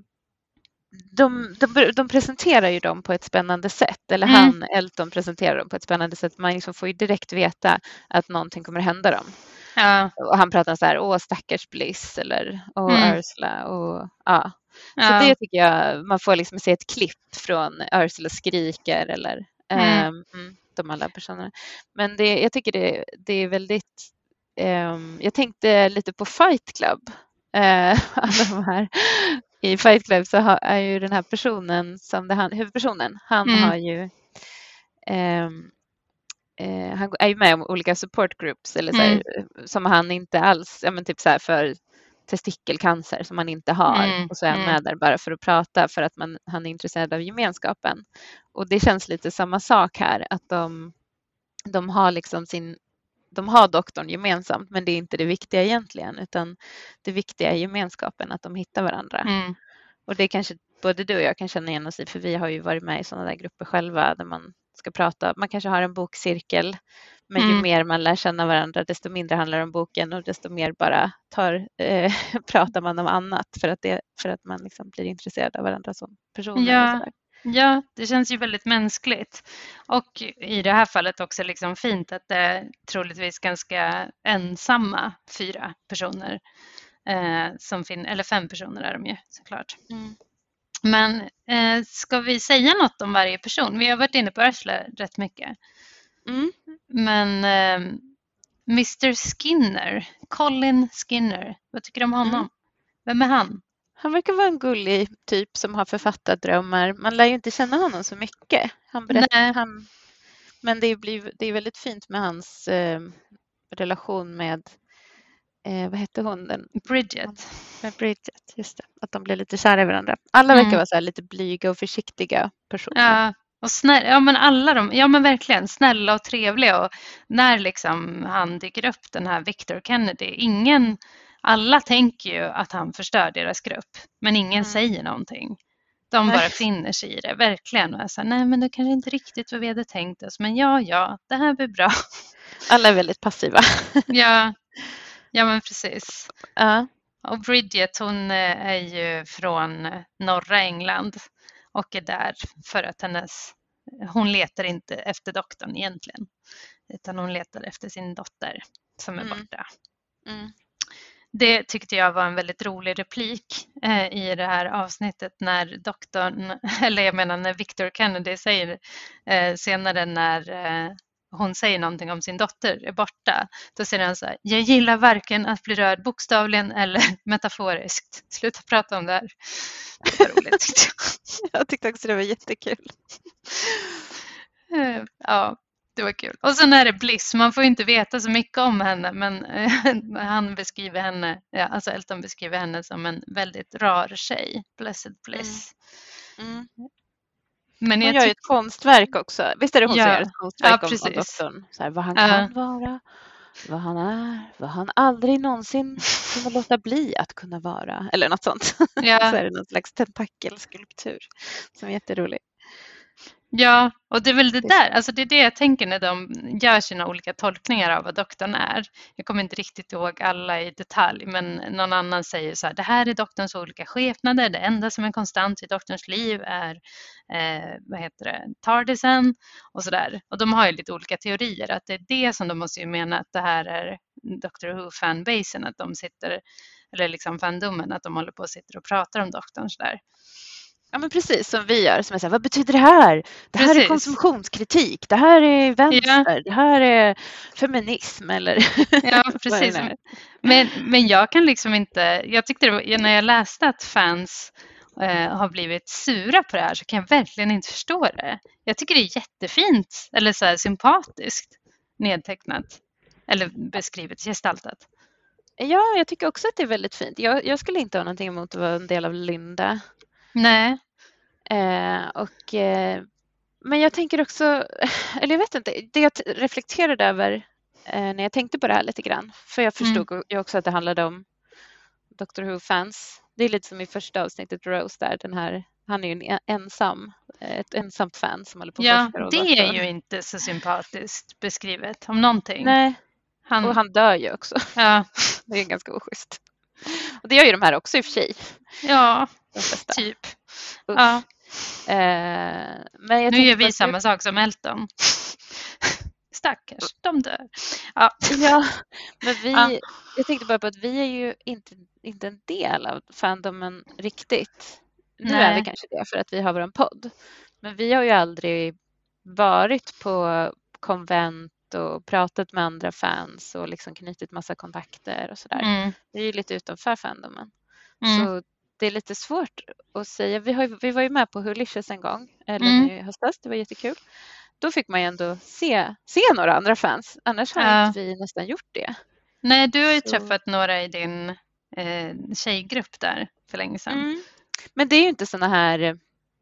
De, de, de presenterar ju dem på ett spännande sätt. Eller Mm. han, Elton, presenterar dem på ett spännande sätt. Man liksom får ju direkt veta att någonting kommer hända dem. Ja, Och han pratar så här, åh stackars Bliss eller åh Mm. Ursula. Och, ja. Så ja, det tycker jag, man får liksom se ett klipp från Ursula skriker eller Mm. ehm, mm, de alla personerna. Men det, jag tycker det, det är väldigt, ehm, jag tänkte lite på Fight Club. Eh, alla de här. I Fight Club så har, är ju den här personen, som det han, huvudpersonen, han Mm. har ju ehm, eh, han är ju med om olika support groups eller så här, Mm. som han inte alls, ja men typ så här för testikelcancer som han inte har Mm, och så är han mm. med där bara för att prata för att man, han är intresserad av gemenskapen. Och det känns lite samma sak här, att de, de har liksom sin, de har doktorn gemensamt, men det är inte det viktiga egentligen, utan det viktiga är gemenskapen, att de hittar varandra. Mm. Och det kanske både du och jag kan känna igen oss i, för vi har ju varit med i sådana där grupper själva där man ska prata. Man kanske har en bokcirkel, men ju Mm. mer man lär känna varandra, desto mindre handlar det om boken och desto mer bara tar, eh, pratar man om annat för att, det, för att man liksom blir intresserad av varandra som personer. Ja. Och sådär. Ja, det känns ju väldigt mänskligt. Och i det här fallet också liksom fint att det är troligtvis ganska ensamma fyra personer. Eh, som fin- eller fem personer är de ju såklart. Mm. Men eh, ska vi säga något om varje person? Vi har varit inne på Ursula rätt mycket. Mm. Men eh, mister Skinner, Colin Skinner, vad tycker du om honom? Mm. Vem är han? Han verkar vara en gullig typ som har författardrömmar. Man lär ju inte känna honom så mycket. Han berättar, Nej. han, men det, blir, det är väldigt fint med hans eh, relation med, eh, vad hette hon? Den, Bridget. med Bridget, just det. Att de blir lite kära i varandra. Alla Mm. verkar vara så här lite blyga och försiktiga personer. Ja, och snäll, ja men alla de, ja men verkligen snälla och trevliga, och när liksom han dyker upp, den här Victor Kennedy, ingen, alla tänker ju att han förstör deras grupp, men ingen Mm. säger någonting. De Nej. bara finner sig i det, verkligen. Och jag sa, nej men det kanske inte riktigt vad vi hade tänkt oss, men ja, ja, det här blir bra. Alla är väldigt passiva. Ja, ja men precis. Ja. Och Bridget, hon eh, är ju från eh, norra England och är där för att hennes, hon letar inte efter doktorn egentligen, utan hon letar efter sin dotter som är Mm. borta. Mm. Det tyckte jag var en väldigt rolig replik eh, i det här avsnittet när doktorn, eller jag menar när Victor Kennedy säger eh, senare när eh, hon säger någonting om sin dotter är borta, då säger han så här, jag gillar varken att bli rörd bokstavligen eller metaforiskt. Sluta prata om det här. Det var roligt tyckte jag. Jag tyckte också det var jättekul. Eh, Ja, det var kul. Och sen är det Bliss, man får ju inte veta så mycket om henne, men eh, han beskriver henne, ja, alltså Elton beskriver henne som en väldigt rar tjej. Blessed Bliss. Mm. Men hon jag gör ju tyck- ett konstverk också. Visst är det hon Ja. som gör ett konstverk Ja, om, om precis. doktorn? Så här, vad han Ja. kan vara, vad han är, vad han aldrig någonsin kommer låta bli att kunna vara. Eller något sånt. Ja. Så är det någon slags tentakelskulptur som är jätterolig. Ja, och det är väl det Det- där, alltså det är det jag tänker när de gör sina olika tolkningar av vad doktorn är. Jag kommer inte riktigt ihåg alla i detalj, men någon annan säger så här, det här är doktorns olika skepnader, det enda som är konstant i doktorns liv är, eh, vad heter det, Tardisen och sådär. Och de har ju lite olika teorier, att det är det som de måste ju mena att det här är Doctor Who-fanbasen, att de sitter, eller liksom fandomen, att de håller på och sitter och pratar om doktorn sådär. Ja, men precis som vi gör. Som är så här, vad betyder det här? Det här Precis. är konsumtionskritik. Det här är vänster. Det här är feminism. Eller Ja, vad precis. det är. Men, men jag kan liksom inte, jag tyckte det var, när jag läste att fans eh, har blivit sura på det här så kan jag verkligen inte förstå det. Jag tycker det är jättefint, eller så här sympatiskt nedtecknat, eller beskrivet, gestaltat. Ja, jag tycker också att det är väldigt fint. Jag, jag skulle inte ha någonting emot att vara en del av Linda. Nej, Eh, och, eh, men jag tänker också, eller jag vet inte, det jag t- reflekterade över eh, när jag tänkte på det här lite grann, för jag förstod mm. ju också att det handlade om Doctor Who-fans. Det är lite som i första avsnittet Rose där, den här, han är ju en ensam, ett ensamt fan som håller på ja, forskar och det doktorn. är ju inte så sympatiskt beskrivet om någonting. Nej, han... och han dör ju också. Ja. Det är ganska oschysst. Och det gör ju de här också i och för sig. Ja, de flesta. typ. Uff. Ja. Eh, men jag nu gör vi att... samma sak som Elton. Stackars, de dör. Ja, ja men vi, ja. jag tänkte bara på att vi är ju inte, inte en del av fandomen riktigt. Nu Nej. är vi kanske det för att vi har vår podd. Men vi har ju aldrig varit på konvent och pratat med andra fans och liksom knutit massa kontakter och sådär. Mm. Vi är ju lite utanför fandomen. Mm. Så det är lite svårt att säga. Vi, har, vi var ju med på Wholicious en gång, eller Mm. i höstas, det var jättekul. Då fick man ju ändå se, se några andra fans. Annars har Ja. inte vi nästan gjort det. Nej, du har ju Så. träffat några i din eh, tjejgrupp där för länge sedan. Mm. Men det är ju inte såna här...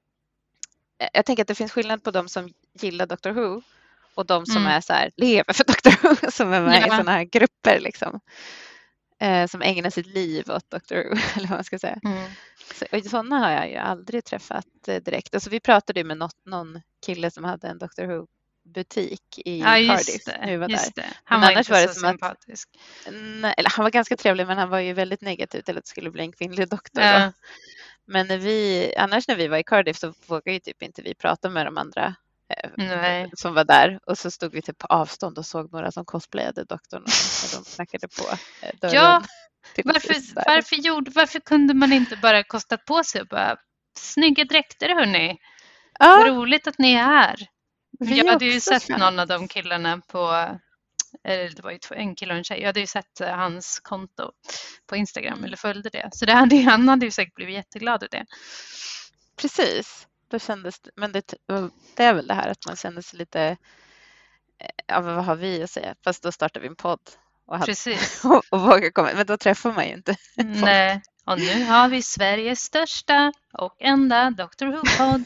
Jag tänker att det finns skillnad på de som gillar Doctor Who och de som Mm. är så här, lever för Doctor Who, som är med Ja. i såna här grupper liksom. Eh, som ägnar sitt liv åt Doctor Who, eller vad man ska säga. Mm. Så, och sådana har jag ju aldrig träffat eh, direkt. Alltså, vi pratade ju med något, någon kille som hade en Doctor Who-butik i Ja, just Cardiff. det. Nu var Just där. det. Han Men var annars inte var det så som att- sympatisk. Nej, eller han var ganska trevlig, men han var ju väldigt negativ till att det skulle bli en kvinnlig doktor. Ja. Då. Men när vi, annars när vi var i Cardiff så vågade ju typ inte vi prata med de andra eh, Nej. som var där. Och så stod vi typ på avstånd och såg några som cosplayade doktorn och, och de knackade på eh, dörren. Ja, till Varför, oss där. varför, gjorde, varför kunde man inte bara kostat på sig och bara snygga dräkter hörni? Ja, Vad roligt att ni är här. vi Jag är hade ju också sett fans. någon av de killarna på, eller det var ju två- en kille och en tjej. Jag hade ju sett eh, hans konto på Instagram Mm. eller följde det. Så det hade, han hade ju säkert blivit jätteglad i det. Precis. Då kändes det, men det, det är väl det här att man känner sig lite, eh, ja men vad har vi att säga? Fast då startar vi en podd och, hade, Precis. och, och vågar komma. Men då träffar man ju inte. Nej. Och nu har vi Sveriges största och enda Doctor Who-podd.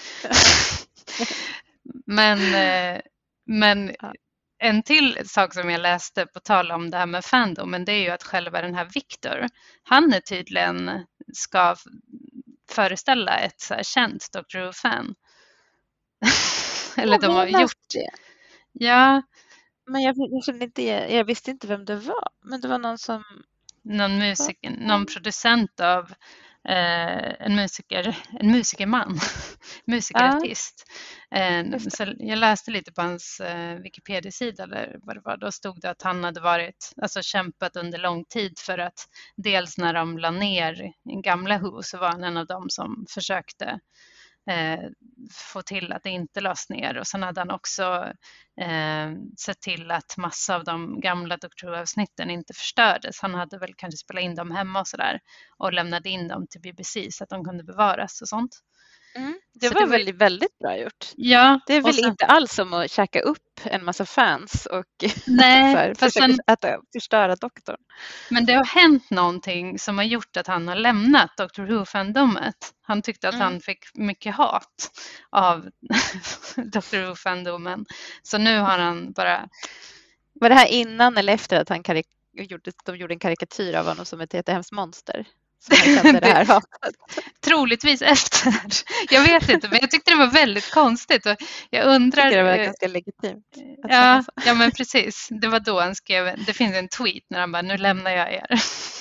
Men, eh, men Ja. en till sak som jag läste på tal om det här med fandomen, det är ju att själva den här Victor, han är tydligen ska f- föreställa ett så här känt Doctor Who-fan. Eller de har Jag gjort, det. ja, Men jag, jag, kände inte, jag visste inte vem det var. Men det var någon som... någon musiker, någon producent av eh, en musiker, en musikerman, musikeartist. Eh, Just det. så jag läste lite på hans eh, Wikipedia-sida eller vad det var. Då stod det att han hade varit, alltså kämpat under lång tid för att dels när de la ner en gamla Who så var han en av dem som försökte eh, få till att det inte lades ner. Och sen hade han också eh, sett till att massa av de gamla Doctor Who-avsnitten inte förstördes. Han hade väl kanske spelat in dem hemma och sådär och lämnade in dem till B B C så att de kunde bevaras och sånt. Mm, det Så var det var- väldigt, väldigt bra gjort. Ja, Det är och väl sen- inte alls som att käka upp en massa fans och Nej, så här, fast försöka sen- äta, förstöra doktorn. Men det har hänt någonting som har gjort att han har lämnat Doctor Who-fandomet. Han tyckte att Mm. han fick mycket hat av Doctor Who-fandomen. Så nu har han bara... Var det här innan eller efter att han karik- gjorde, de gjorde en karikatyr av honom som ett jättehemskt monster? Så han kände det här hatet. Troligtvis efter. Jag vet inte, men jag tyckte det var väldigt konstigt. Och jag undrar... Jag tycker det var eh, ganska legitimt. att Ja, han sa. ja, men precis. Det var då han skrev... Det finns en tweet när han bara, nu lämnar jag er.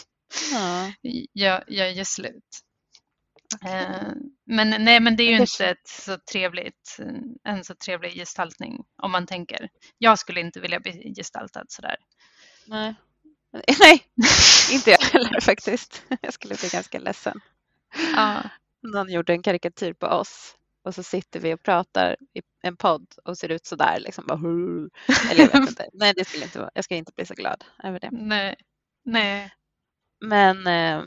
Ja. Jag, jag gör slut. Eh, men nej, men det är ju Det inte kanske- ett så trevligt, en så trevlig gestaltning om man tänker. Jag skulle inte vilja bli gestaltad sådär. Nej. Nej, inte jag heller faktiskt. Jag skulle bli ganska ledsen. Ja, Någon gjorde en karikatyr på oss och så sitter vi och pratar i en podd och ser ut så där liksom bara, "Hur?" Eller jag vet inte. Nej, det skulle inte vara. Jag ska inte bli så glad över det. nej, nej. Men eh,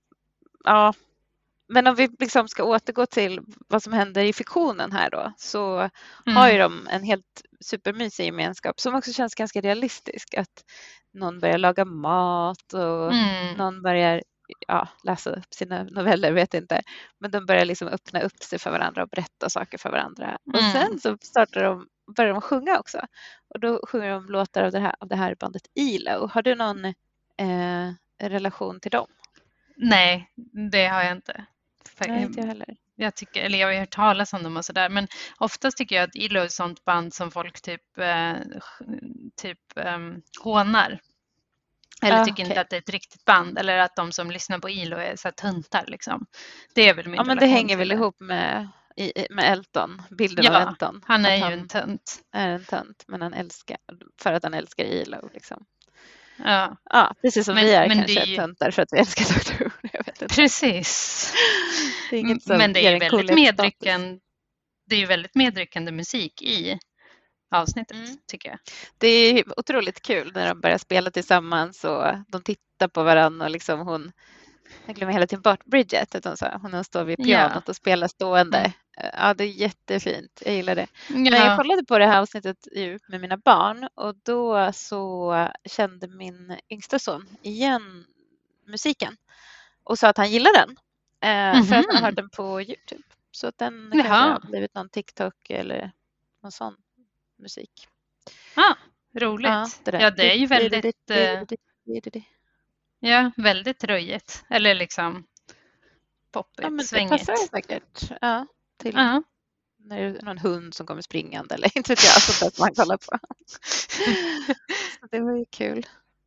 ja, men om vi liksom ska återgå till vad som händer i fiktionen här då, så Mm. har ju de en helt supermysig gemenskap som också känns ganska realistisk. Att någon börjar laga mat och Mm. någon börjar ja, läsa upp sina noveller, vet inte. Men de börjar liksom öppna upp sig för varandra och berätta saker för varandra. Och Mm. sen så startar de, börjar de sjunga också. Och då sjunger de låtar av det här, av det här bandet E L O. Har du någon eh, relation till dem? Nej, det har jag inte. För- Nej, inte jag heller. Jag tycker, eller jag har ju hört talas om dem och sådär, men oftast tycker jag att E L O är ett sånt band som folk typ, eh, typ um, hånar. Eller Ah, tycker inte okej. att det är ett riktigt band, eller att de som lyssnar på E L O är så här tuntar liksom. Det är väl min Ja, men det relation hänger till väl det. ihop med, i, med Elton, bilden Ja, av Elton. Han är Att ju han en tönt. är en tönt, men han älskar, för att han älskar E L O liksom. Ja, Ja, precis som Men- vi är men det kanske är ju- töntar för att vi älskar Doctor Who. Jag vet inte. precis. Det är inget som Men det är ger ju en väldigt coolhetsstatus. medryckande. Det är ju väldigt medryckande musik i avsnittet, Mm. tycker jag. Det är otroligt kul när de börjar spela tillsammans och de tittar på varandra och liksom hon, jag glömmer hela tiden bort Bridget, att hon, sa, hon står vid Ja. pianot och spelar stående. Mm. Ja, det är jättefint. Jag gillar det. Men jag Ja. kollade på det här avsnittet ju med mina barn och då så kände min yngsta son igen musiken och sa att han gillar den. Eh, För att han har Mhm. hört den på Youtube. Så att den Jaha. kanske har blivit någon TikTok eller någon sån musik. Ah, roligt. där. Ja, det är ju väldigt, eh, Ja, ja, väldigt röjigt. Eller liksom poppigt, men det svängigt. passar säkert. Ja, till Ja. när det är någon hund som kommer springande eller inte vet jag, sånt där som man kollar på. Så det var ju kul.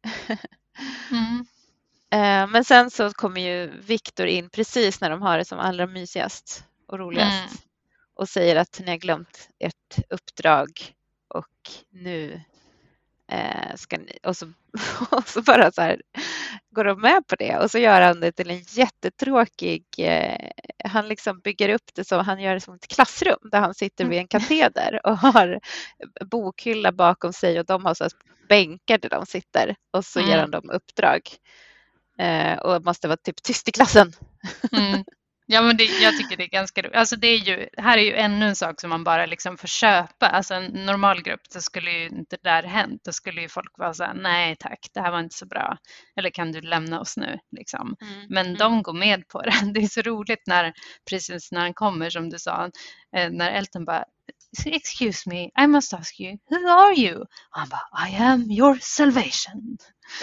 Mm. Eh, Men sen så kommer ju Viktor in precis när de har det som allra mysigast och roligast Mm. och säger att ni har glömt ert uppdrag och nu eh, ska ni... Och så, och så bara så här går de med på det och så gör han det till en jättetråkig... Eh, han liksom bygger upp det så han gör det som ett klassrum där han sitter vid en kateder och har bokhylla bakom sig och de har så här bänkar där de sitter och så Mm. ger han dem uppdrag. Eh, och måste vara typ tyst i klassen. Mm. Ja, men det, jag tycker det är ganska roligt. Alltså det är ju, här är ju ännu en sak som man bara liksom får köpa. Alltså en normal grupp, så skulle ju inte det där hänt. Då skulle ju folk vara så här, nej tack, det här var inte så bra. Eller kan du lämna oss nu? Liksom. Men Mm. de går med på det. Det är så roligt när, precis när han kommer, som du sa, eh, när Elton bara, excuse me, I must ask you, who are you? Och han bara, I am your salvation.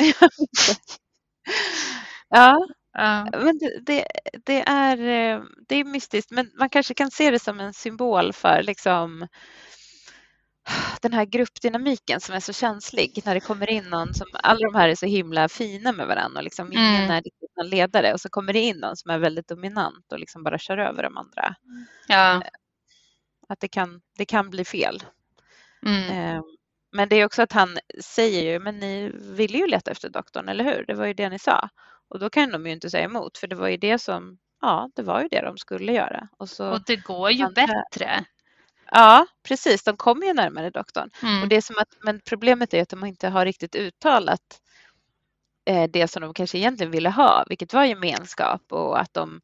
Ja, Ja. men det, det, det, är, eh, det är mystiskt, men man kanske kan se det som en symbol för liksom den här gruppdynamiken som är så känslig när det kommer in någon som, alla de här är så himla fina med varandra och liksom ingen Mm. är riktigt någon ledare och så kommer det in någon som är väldigt dominant och liksom bara kör över de andra. Ja. Att det kan, det kan bli fel. Mm. Eh, Men det är också att han säger ju, men ni ville ju leta efter doktorn, eller hur? Det var ju det ni sa. Och då kan de ju inte säga emot, för det var ju det som, ja, det var ju det de skulle göra. Och så, Och det går ju andra- bättre. ja, precis, de kommer ju närmare doktorn. Mm. Och det är som att, men problemet är att de inte har riktigt uttalat eh, det som de kanske egentligen ville ha, vilket var gemenskap och att de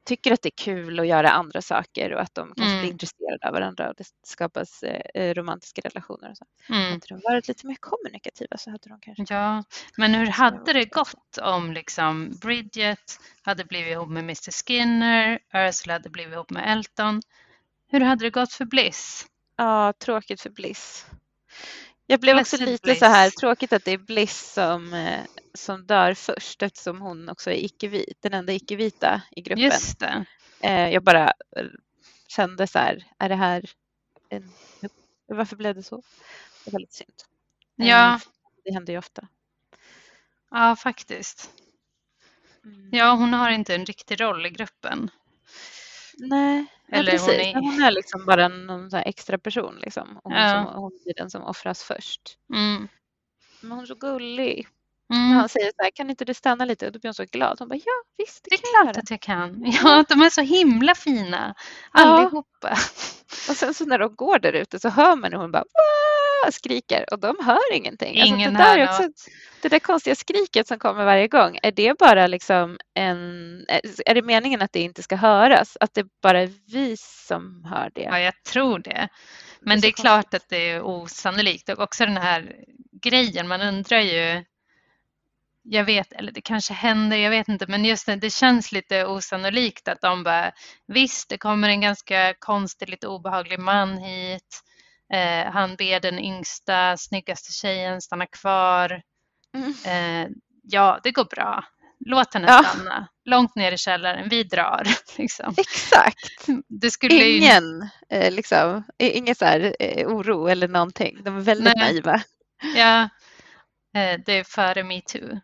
tycker att det är kul att göra andra saker och att de kanske Mm. blir intresserade av varandra och det skapas eh, romantiska relationer och så. Mm. Hade de varit lite mer kommunikativa så hade de kanske... Ja, men hur hade det gått om liksom Bridget hade blivit ihop med mister Skinner, Ursula hade blivit ihop med Elton? Hur hade det gått för Bliss? Ja, tråkigt för Bliss. Jag blev också Blessed lite Bliss. så här tråkigt att det är Bliss som, eh, som dör först eftersom hon också är icke-vit, den enda icke-vita i gruppen. Just det. Eh, jag bara eh, kände så här, är det här en... Varför blev det så? Det var lite synd. Eh, Ja, Det händer ju ofta. ja, faktiskt. Mm. Ja, hon har inte en riktig roll i gruppen. Nej, ja, Eller precis. hon Hon är- är, hon är liksom bara någon så här extra person. Liksom. Och hon, Ja. som, hon blir den som offras först. Mm. Men hon är så gullig. När Mm. han säger så här, kan inte du stanna lite? Och då blir hon så glad. Hon bara, ja visst, det, Det är kan jag klart göra. att jag kan. Ja, de är så himla fina. Ja. Allihopa. Och sen så när de går där ute så hör man hur hon bara Wah! skriker och de hör ingenting. Ingen alltså, det, där hör är också, något. det där konstiga skriket som kommer varje gång, är det bara liksom en... Är det meningen att det inte ska höras? Att det bara är vi som hör det? Ja, jag tror det. Men Det är det är så klart att det är osannolikt. Och också den här grejen, man undrar ju, jag vet, eller det kanske händer, jag vet inte, men just det, det känns lite osannolikt att de bara, visst, det kommer en ganska konstig, lite obehaglig man hit. Eh, han ber den yngsta, snyggaste tjejen stanna kvar. Mm. Eh, ja, det går bra. Låt henne Ja. stanna. Långt ner i källaren, vi drar. Liksom. Exakt. Det skulle ju... Ingen, eh, liksom, eh, ingen så här, eh, oro eller någonting. De är väldigt Nej. naiva. Ja, eh, det är före MeToo.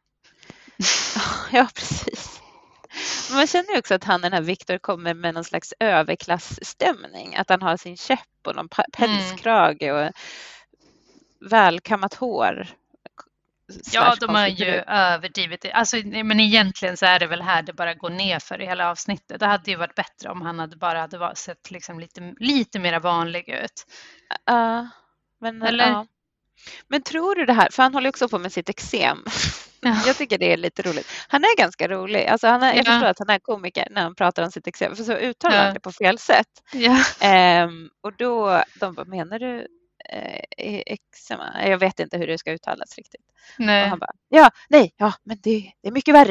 Ja, precis. Men man känner ju också att han, den här Victor, kommer med någon slags överklassstämning. Att han har sin käpp och någon pa- pälskrage och välkammat hår. Ja, Slash de har ju konfigurer. överdrivit det. Alltså, men egentligen så är det väl här det bara går ner för i hela avsnittet. Det hade ju varit bättre om han hade bara hade varit, sett liksom lite, lite mer vanlig ut. Ja, men, Eller? ja. Men tror du det här, för han håller också på med sitt eksem. Ja. Jag tycker det är lite roligt. Han är ganska rolig. Alltså han är, jag Ja. förstår att han är komiker när han pratar om sitt eksem. För så uttalar Ja. han det på fel sätt. Ja. Ehm, och då, de bara, menar du eh, eksema? Jag vet inte hur det ska uttalas riktigt. Och Nej. han bara, ja, nej, ja, men det, det är mycket värre.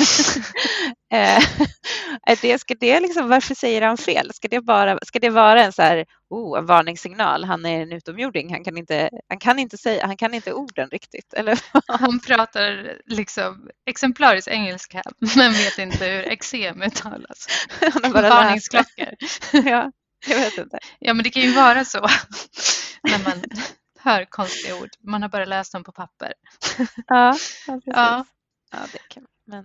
Eh, är det, ska det liksom, varför säger han fel? Ska det, bara, ska det vara en så här, oh, en varningssignal? Han är en utomjording, han kan inte, han kan inte säga, han kan inte orden riktigt, eller? Han pratar liksom exemplarisk engelska men vet inte hur eksem uttalas. Han har bara läst det. Varningsklockor. Ja, jag vet inte. Ja, men det kan ju vara så när man hör konstiga ord. Man har bara läst dem på papper. Ja, ja, precis. Ja. Ja, det kan men.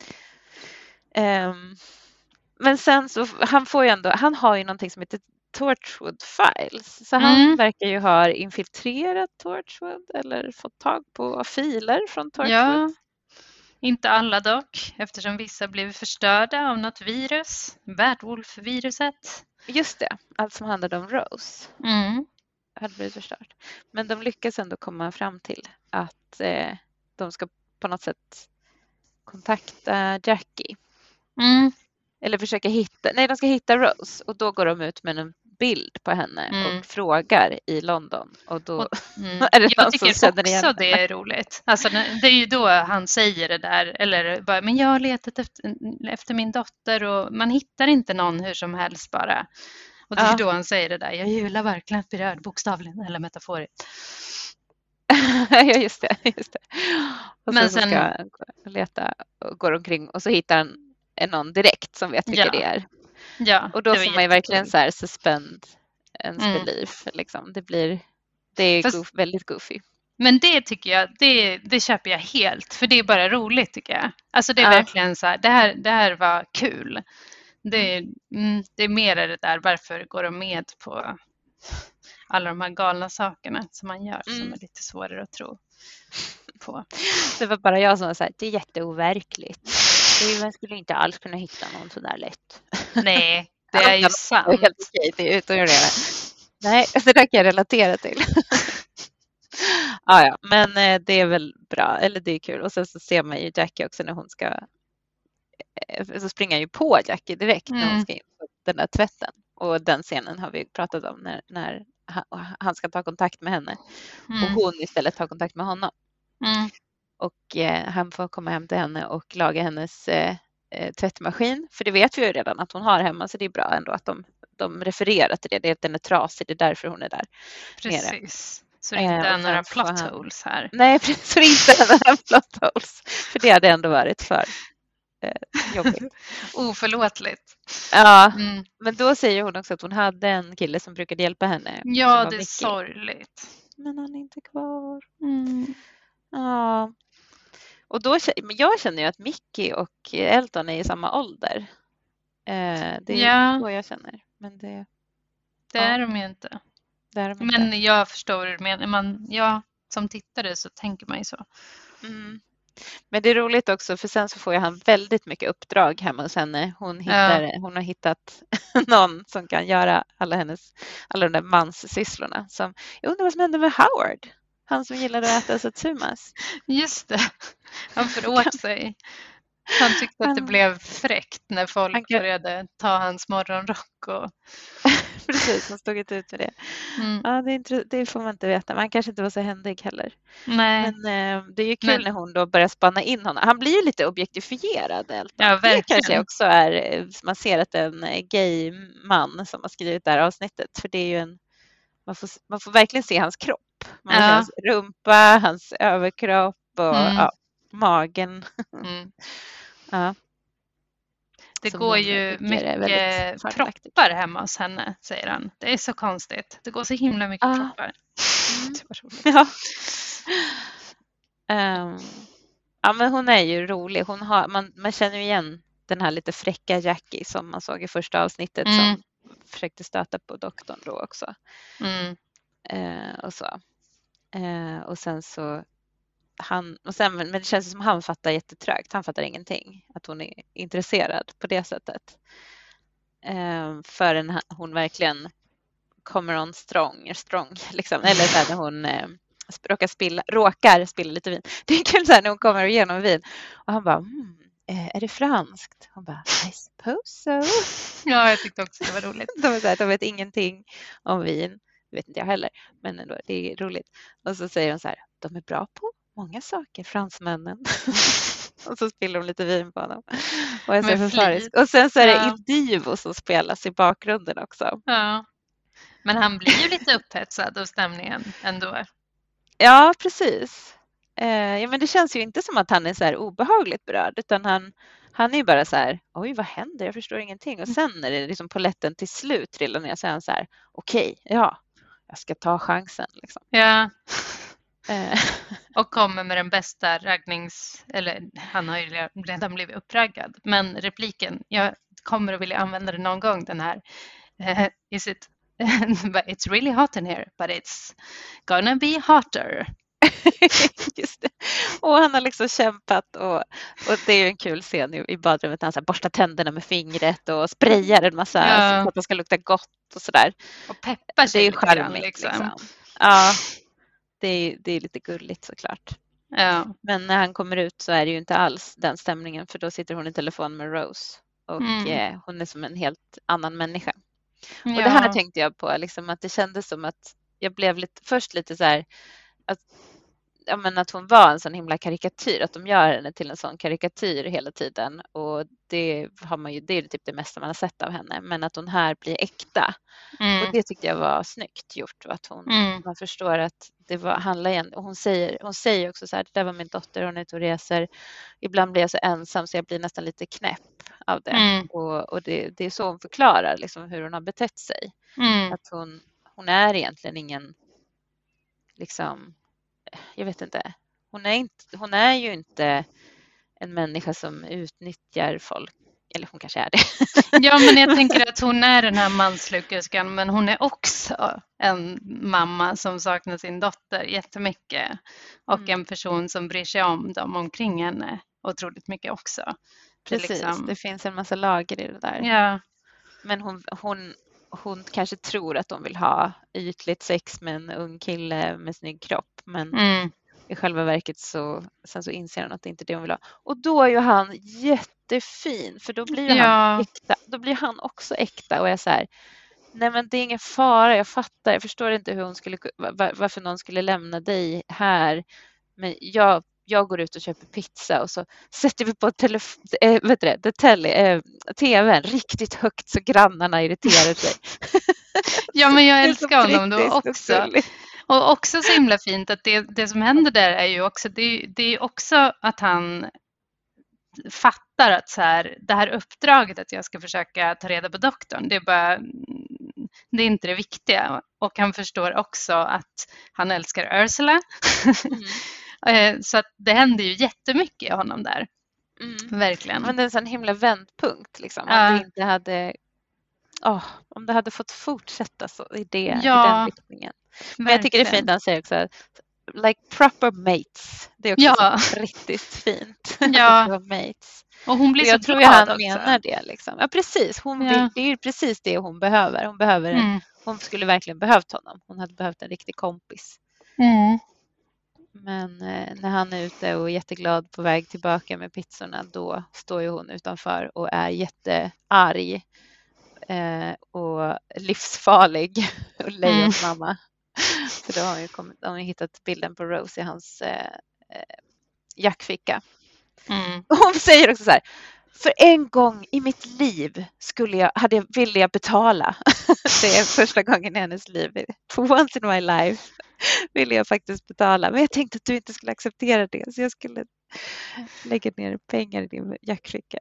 Ehm, men sen så, han får ju ändå, han har ju någonting som heter Torchwood Files. Så han Mm. verkar ju ha infiltrerat Torchwood eller fått tag på filer från Torchwood. Ja, inte alla dock, eftersom vissa blev förstörda av något virus, Bad Wolf-viruset. Just det, allt som handlade om Rose Mm. hade blivit förstört. Men de lyckas ändå komma fram till att eh, de ska på något sätt kontakta Jackie. Mm. Eller försöka hitta, nej de ska hitta Rose och då går de ut med en bild på henne Mm. och frågar i London och då Och, mm. är det någon Jag som tycker känner igen också det är roligt. Alltså, det är ju då han säger det där, eller bara, men jag har letat efter, efter min dotter och man hittar inte någon hur som helst bara. Och det är Ja. då han säger det där, jag gillar verkligen att bli rörd, bokstavligen eller metaforiskt. ja just det, just det. Och Men sen, så sen- ska han gå- leta och går omkring och så hittar han någon direkt som vet vilka Ja, det är. Ja, Och då det var får man ju verkligen jättekul. så här suspend ens Mm. belief. Liksom. Det blir det är Fast- goof, väldigt goofy. Men det tycker jag, det, det köper jag helt, för det är bara roligt tycker jag. Alltså det är Ja. verkligen så här, det här, det här var kul. Det, är- mm, det är mer det där, varför går de med på alla de här galna sakerna som man gör som Mm. är lite svårare att tro på. Det var bara jag som var så här, det är jätteoverkligt. Det- Man skulle inte alls kunna hitta någon så där lätt. Nej, det är ju Det är sant. helt okej, det är utomjordingar. Nej, det där kan jag relatera till. ja, ja, men eh, det är väl bra, eller det är kul. Och sen så ser man ju Jackie också när hon ska så springer han ju på Jackie direkt när hon Mm. ska in på den där tvätten. Och den scenen har vi pratat om när, när han- han ska ta kontakt med henne. Och Mm. hon istället tar kontakt med honom. Mm. Och eh, han får komma hem till henne och laga hennes eh, eh, tvättmaskin. För det vet vi ju redan att hon har hemma, så det är bra ändå att de, de refererar till det. Det är att den är trasig, det är därför hon är där. Precis. Så det Eh, inte och är några sen får plot han- holes här. Nej, precis, så inte några plot holes. För det hade ändå varit för eh, jobbigt. Oförlåtligt. Ja, Mm. men då säger hon också att hon hade en kille som brukade hjälpa henne. som Ja, var det är Mickey. sorgligt. Men han är inte kvar. Mm. Ja. Och då, kä- men jag känner ju att Mickey och Elton är i samma ålder. Eh, det är Ja. så jag känner. Men det, Det Ja. är de ju inte. det är de inte. Men jag förstår hur du menar. Man, ja, som tittare så tänker man ju så. Mm. Men det är roligt också, för sen så får jag han väldigt mycket uppdrag hemma hos henne. Hon, hittar, hon har hittat någon som kan göra alla hennes alla de där manssysslorna. Som, jag undrar vad som hände med Howard. Han som gillade att äta satsumas. Just det. Han föråt sig. Han tyckte att det Han- blev fräckt när folk Han kan- började ta hans morgonrock. Och... Precis, hon stod inte ut med det. Mm. Ja, det, är intre- det får man inte veta. Men han kanske inte var så händig heller. Nej, Men eh, det är ju kul Men- när hon då börjar spanna in honom. Han blir ju lite objektifierad. Elton. Ja, Det verkligen. kanske också är, eh, man ser att det är en eh, gay man som har skrivit det här avsnittet. För det är ju en, man får, man får verkligen se hans kropp. Man får Ja. se hans rumpa, hans överkropp och Mm. ja, magen. mm. Ja. Det Som går hon ju tycker är mycket väldigt fördelaktigt. proppar hemma hos henne, säger han. Det är så konstigt. Det går så himla mycket Ah. proppar. Mm. Det var roligt. Ja. Ehm, ja, men hon är ju rolig. Hon har, man, man känner ju igen den här lite fräcka Jackie som man såg i första avsnittet Mm. som försökte stöta på doktorn då också. Mm. Eh, och så. Eh, och sen så han, och sen, men det känns som han fattar jättetrögt. Han fattar ingenting. Att hon är intresserad på det sättet. Eh, förrän han- hon verkligen kommer on strong, strong liksom. Eller så här när hon eh, sp- råkar spilla, råkar spilla lite vin. Det är kul så här när hon kommer igenom vin. Och han bara, mm, eh, är det franskt? Hon bara, I suppose so. Ja, jag tyckte också det var roligt. De, är så här, de vet ingenting om vin. Det vet inte jag heller. Men ändå, det är roligt. Och så säger hon så här, de är bra på många saker, fransmännen. Och så spiller de lite vin på honom. Och jag är så Med förförisk. flit. Och sen så är det Ja. Indivo som spelas i bakgrunden också. Ja. Men han blir ju lite upphetsad av stämningen ändå. Ja, precis. Eh, ja, men det känns ju inte som att han är så här obehagligt berörd, utan han, han är ju bara så här, oj vad händer, jag förstår ingenting. Och sen när det liksom polletten till slut trillar ner så är han så här, okej, ja, jag ska ta chansen. Liksom. Ja. Eh, Och kommer med den bästa raggnings... Eller han har ju redan blivit uppraggad. Men repliken, jag kommer att vilja använda det någon gång, den här. eh, is it... but it's really hot in here, but it's gonna be hotter. Just det. Och han har liksom kämpat och, och det är ju en kul scen i, i badrummet när han så här borstar tänderna med fingret och sprayar en massa Ja. så att de ska lukta gott och sådär. Och peppar Det är sig ju lite grann, charmigt liksom. liksom. Ja, det är, det är lite gulligt såklart. Ja. Men när han kommer ut så är det ju inte alls den stämningen, för då sitter hon i telefon med Rose och Mm. eh, hon är som en helt annan människa. Ja. Och det här tänkte jag på, liksom, att det kändes som att jag blev lite, först lite så här att, ja, men att hon var en sån himla karikatyr, att de gör henne till en sån karikatyr hela tiden, och det har man ju, det är typ det mesta man har sett av henne, men att hon här blir äkta. Mm. Och det tyckte jag var snyggt gjort, att hon, Mm. man förstår att det var, handlar igen, och hon säger, hon säger också så här, det där var min dotter, hon är ute och reser, ibland blir jag så ensam så jag blir nästan lite knäpp av det. Mm. Och, och det, det är så hon förklarar liksom hur hon har betett sig. Mm. Att hon, hon är egentligen ingen, liksom, jag vet inte, hon är, inte, hon är ju inte en människa som utnyttjar folk, eller hon kanske är det. Ja, men jag tänker att hon är den här manslukerskan, men hon är också en mamma som saknar sin dotter jättemycket. Och Mm. en person som bryr sig om dem omkring henne otroligt mycket också. Det är Precis, liksom- det finns en massa lager i det där. Ja, Men hon, hon, hon kanske tror att de vill ha ytligt sex med en ung kille med snygg kropp. Men mm. i själva verket så, sen så inser han att det inte är det hon vill ha. Och då är ju han jättefin, för då blir ju Ja. han äkta. Då blir han också äkta och är så här, nej men det är ingen fara, jag fattar, jag förstår inte hur hon skulle, var, varför någon skulle lämna dig här. Men jag, jag går ut och köper pizza och så sätter vi på telef- äh, vet du det, the tele, äh, tvn riktigt högt så grannarna irriterar sig. Ja, men jag Det är älskar så honom då brittiskt och också. gulligt. Och också så himla fint att det, det som händer där är ju också, det, är- det är också att han fattar att så här, det här uppdraget att jag ska försöka ta reda på doktorn, det är bara, det är inte det viktiga. Och han förstår också att han älskar Ursula. Mm. Eh, så att det händer ju jättemycket i honom där. Mm. Verkligen. Men det är en sån himla vändpunkt liksom. Ja. Om det inte hade åh, om det hade fått fortsätta så i, det, Ja, i den riktningen. Men jag tycker det är verkligen. fint när han säger också att, like proper mates. Det är också Ja. så riktigt fint. Ja. Att vara mates. Och hon blir Och så jag tror ju glad han också. menar det. Liksom. Ja, precis. Hon Ja. vill, det är ju precis det hon behöver. Hon, behöver en, Mm. hon skulle verkligen behövt honom. Hon hade behövt en riktig kompis. Mm. Men eh, när han är ute och är jätteglad på väg tillbaka med pizzorna, då står ju hon utanför och är jättearg eh, och livsfarlig och lejonmamma. För då har hon ju kommit, har hon hittat bilden på Rose i hans eh, eh, jackficka. Mm. Och hon säger också så här, för en gång i mitt liv skulle jag, hade jag, ville jag betala. Det är första gången i hennes liv. For once in my life ville jag faktiskt betala. Men jag tänkte att du inte skulle acceptera det. Så jag skulle lägga ner pengar i din jackficka.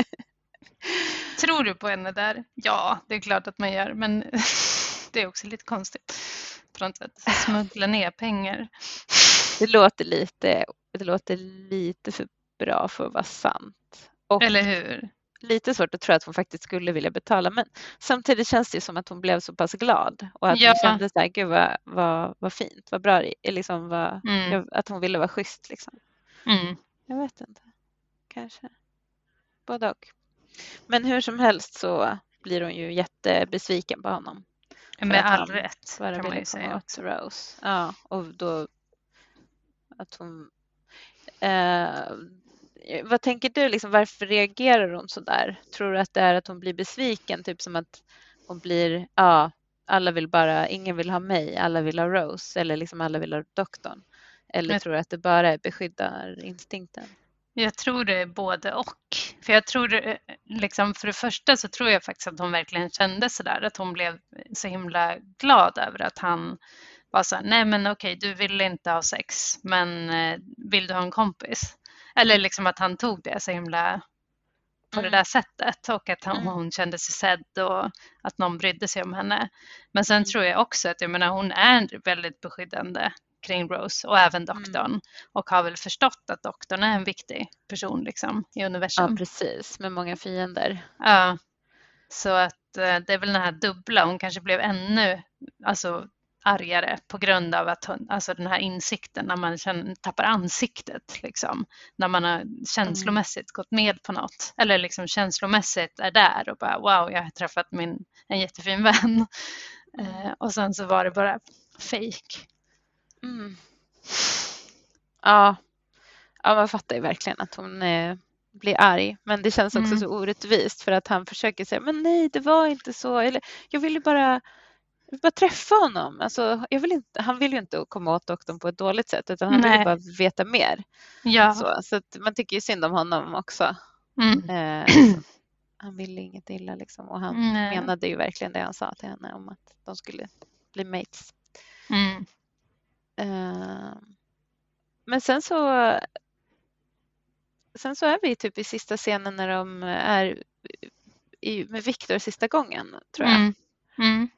Tror du på henne där? Ja, det är klart att man gör. Men det är också lite konstigt. På något sätt. Smuggla ner pengar. Det låter lite, det låter lite för bra för att vara sant. Och Eller hur? lite svårt att tro att hon faktiskt skulle vilja betala. Men samtidigt känns det som att hon blev så pass glad. Och att Ja. hon kände så här, gud vad, vad, vad fint, vad bra. Liksom, vad, Mm. jag, att hon ville vara schysst. Liksom. Mm. Jag vet inte. Kanske. Både och. Men hur som helst så blir hon ju jättebesviken på honom. Med att all han rätt Bara kan man ville ju säga komma åt också. Rose. Ja, och då att hon... Eh, vad tänker du? Liksom, varför reagerar hon så där? Tror du att det är att hon blir besviken? Typ som att hon blir... Ja, alla vill bara... Ingen vill ha mig. Alla vill ha Rose. Eller liksom alla vill ha doktorn. Eller Jag- tror du att det bara är beskyddarinstinkten? Jag tror det är både och. För jag tror det, liksom, för det första så tror jag faktiskt att hon verkligen kände sådär. Att hon blev så himla glad över att han var så här, nej men okej, du vill inte ha sex, men eh, vill du ha en kompis? Eller liksom att han tog det så himla på Mm. det där sättet och att han, Mm. hon kände sig sedd och att någon brydde sig om henne. Men sen Mm. tror jag också att jag menar, hon är väldigt beskyddande kring Rose och även doktorn och har väl förstått att doktorn är en viktig person liksom, i Ja, universum. precis. Med många fiender. Ja, så att eh, det är väl den här dubbla, hon kanske blev ännu alltså, argare på grund av att hon, alltså den här insikten när man känner, tappar ansiktet liksom, när man har känslomässigt gått med på något eller liksom känslomässigt är där och bara wow, jag har träffat min, en jättefin vän eh, och sen så var det bara fake. Mm. Ja. Ja, man fattar ju verkligen att hon eh, blir arg. Men det känns också Mm. så orättvist för att han försöker säga, men nej, det var inte så. Eller, jag ville bara, jag vill bara träffa honom. Alltså, jag vill inte, han vill ju inte komma åt doktorn på ett dåligt sätt, utan han vill Nej. ju bara veta mer. Ja. Så, så att man tycker ju synd om honom också. Mm. Eh, så han ville inget illa liksom. Och han Nej. menade ju verkligen det han sa till henne om att de skulle bli mates. Mm. Eh, men sen så sen så är vi typ i sista scenen när de är i, med Victor sista gången, tror jag. Mm. Mm.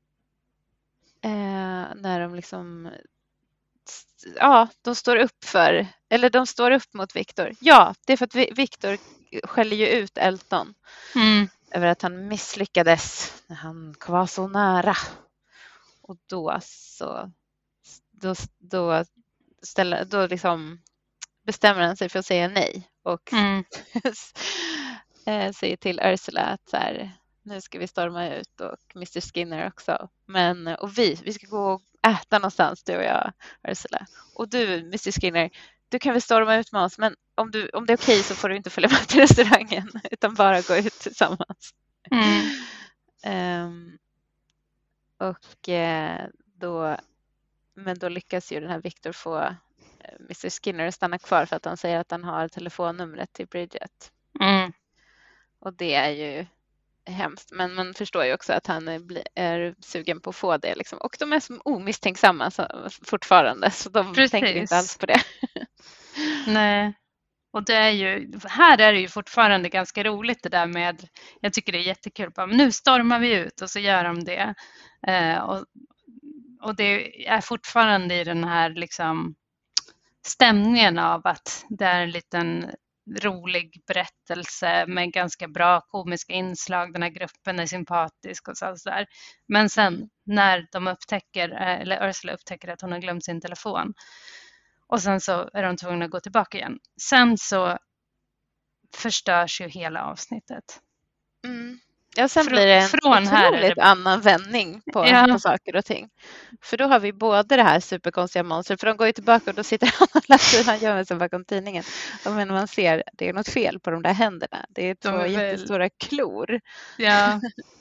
Eh, när de liksom ja, de står upp för eller de står upp mot Victor. Ja, det är för att Vi- Victor skäller ju ut Elton Mm. över att han misslyckades när han var så nära. Och då så då, då, ställer, då liksom bestämmer han sig för att säga nej och Mm. eh, säger till Ursula att så här, nu ska vi storma ut och mister Skinner också. Men, och vi, vi ska gå och äta någonstans, du och jag, Ursula. Och du, mister Skinner, du kan väl storma ut med oss, men om, du, om det är okej så får du inte följa med till restaurangen, utan bara gå ut tillsammans. Mm. um, och uh, då, men då lyckas ju den här Victor få mister Skinner att stanna kvar för att han säger att han har telefonnumret till Bridget. Mm. Och det är ju hemskt, men man förstår ju också att han är, är sugen på att få det liksom. Och de är som omisstänksamma så, fortfarande, så de Precis. tänker inte alls på det. Nej, och det är ju, här är det ju fortfarande ganska roligt det där med, jag tycker det är jättekul, bara, men nu stormar vi ut och så gör de det. Eh, och, och det är fortfarande i den här liksom stämningen av att det är en liten rolig berättelse med ganska bra komiska inslag. Den här gruppen är sympatisk och så där. Men sen när de upptäcker, eller Ursula upptäcker att hon har glömt sin telefon och sen så är de tvungna att gå tillbaka igen. Sen så förstörs ju hela avsnittet. Mm. Ja, sen blir det en Från otroligt det... annan vändning på, ja. på saker och ting. För då har vi både det här superkonstiga monstret, för de går ju tillbaka och då sitter han och läser, han gömmer sig bakom tidningen. Och men man ser, det är något fel på de där händerna. Det är två de är jättestora väl... klor. Ja.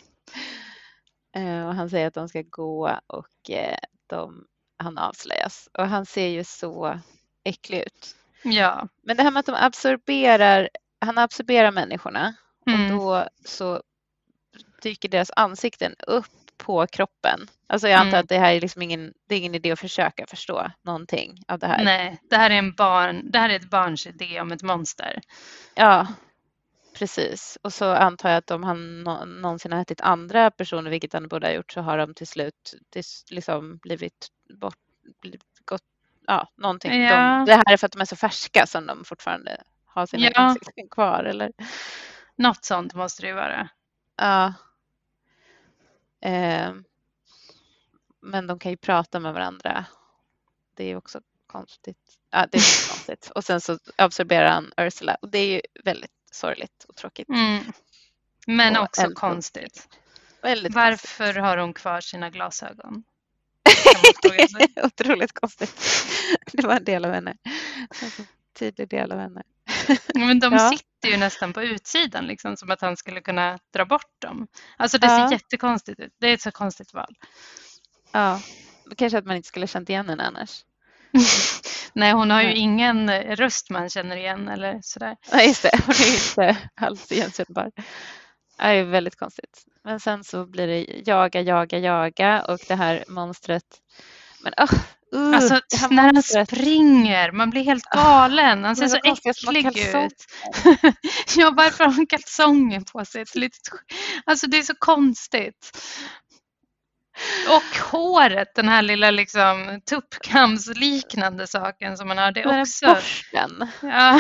och han säger att de ska gå och de, han avslöjas. Och han ser ju så äcklig ut. Ja. Men det här med att de absorberar, han absorberar människorna. Mm. Och då så dyker deras ansikten upp på kroppen. Alltså jag antar mm. att det här är liksom ingen, det är ingen idé att försöka förstå någonting av det här. Nej, det här är en barn, det här är ett barns idé om ett monster. Ja, precis. Och så antar jag att om han nå, någonsin har ätit andra personer, vilket han borde ha gjort, så har de till slut tills, liksom blivit bort, blivit, gått, ja, någonting. Ja. De, det här är för att de är så färska som de fortfarande har sina ja. ansikten kvar, eller? Något sånt måste det ju vara. Ja. Eh, men de kan ju prata med varandra. Det är ju också konstigt. Ja, det är konstigt. Och sen så absorberar han Ursula. Och det är ju väldigt sorgligt och tråkigt. Mm. Men och också äldre. Konstigt. Väldigt Varför konstigt. Har hon kvar sina glasögon? Det är otroligt konstigt. Det var en del av henne. Alltså, tydlig del av henne. Men de ja. sitter ju nästan på utsidan liksom, som att han skulle kunna dra bort dem. Alltså det ser ja. jättekonstigt ut. Det är ett så konstigt val. Ja, kanske att man inte skulle känt igen henne annars. Nej, hon har ju Nej. ingen röst man känner igen eller sådär. Nej, just det. Hon är inte alls igenkännbar. Det är väldigt konstigt. Men sen så blir det jaga, jaga, jaga och det här monstret. Men oh, uh, alltså när han springer, man blir helt galen. Han ser så äcklig ut. Ja, varför har han kalsonger på sig? Ett litet... Alltså det är så konstigt. Och håret, den här lilla liksom tuppkamsliknande saken som man har, det är också. Borsten. Ja.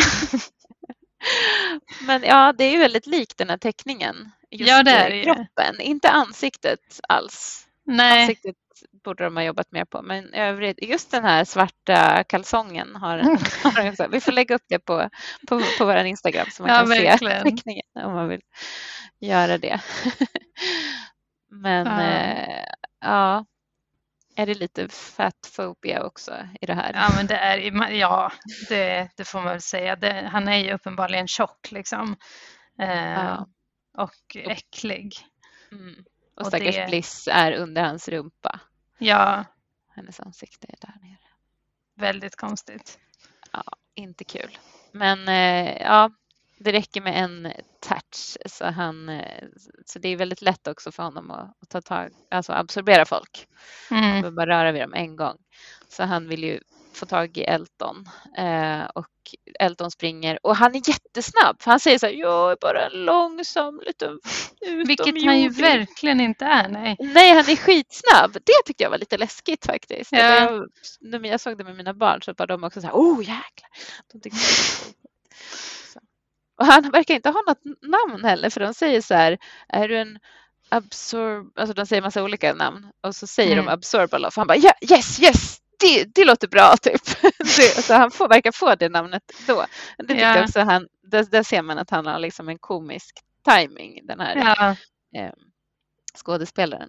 Men ja, det är ju väldigt likt den här teckningen. Just ja, det är det. Kroppen, inte ansiktet alls. Nej. Ansiktet borde de ha jobbat mer på. Men övrigt, just den här svarta kalsongen har, har vi får lägga upp det på, på, på vår Instagram så man ja, kan verkligen. se teckningen om man vill göra det. Men ja. Eh, ja, är det lite fatphobia också i det här? Ja, men det är, ja, det, det får man väl säga. Det, han är ju uppenbarligen tjock liksom. Eh, ja. Och äcklig. Mm. Och, och stackars det... Bliss är under hans rumpa. Ja. Hennes ansikte är där nere. Väldigt konstigt. Ja, inte kul. Men eh, ja, det räcker med en touch. Så, han, så det är väldigt lätt också för honom att, att ta tag, alltså absorbera folk. Mm. Han behöver bara röra vid dem en gång. Så han vill ju få tag i Elton. Eh, och Elton springer. Och han är jättesnabb. För han säger så här, jag är bara en långsam liten Vilket han ju verkligen inte är. Nej. nej, han är skitsnabb. Det tyckte jag var lite läskigt faktiskt. Ja. Jag, när jag såg det med mina barn så var de också så här, oh jäklar. De tyckte så. Och han verkar inte ha något namn heller. För de säger så här, är du en absorb... Alltså de säger massa olika namn. Och så säger mm. de absorbaloff. Och han bara, yeah, yes, yes. Det, det låter bra typ. det, så han får, verkar få det namnet då. Det tyckte ja. också han, där, där ser man att han har liksom en komisk timing, den här ja. eh, skådespelaren.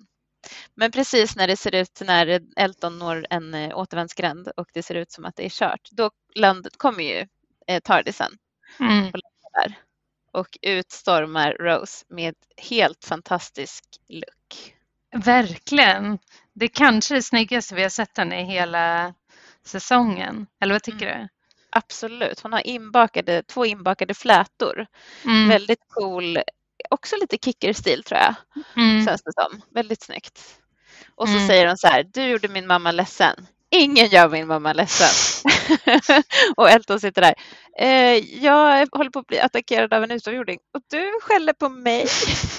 Men precis när det ser ut, när Elton når en eh, återvändsgränd och det ser ut som att det är kört, då landet kommer ju eh, Tardisen Mm. och landar där. Och utstormar Rose med helt fantastisk look. Verkligen. Det är kanske det snyggaste vi har sett henne i hela säsongen. Eller vad tycker Mm. du? Absolut. Hon har inbakade, två inbakade flätor. Mm. Väldigt cool. Också lite kickerstil tror jag. Mm. Känns det som. Väldigt snyggt. Och så Mm. säger hon så här: du gjorde min mamma ledsen. Ingen gör min mamma ledsen. Och Elton sitter där. Eh, jag håller på att bli attackerad av en utomjording. Och du skäller på mig.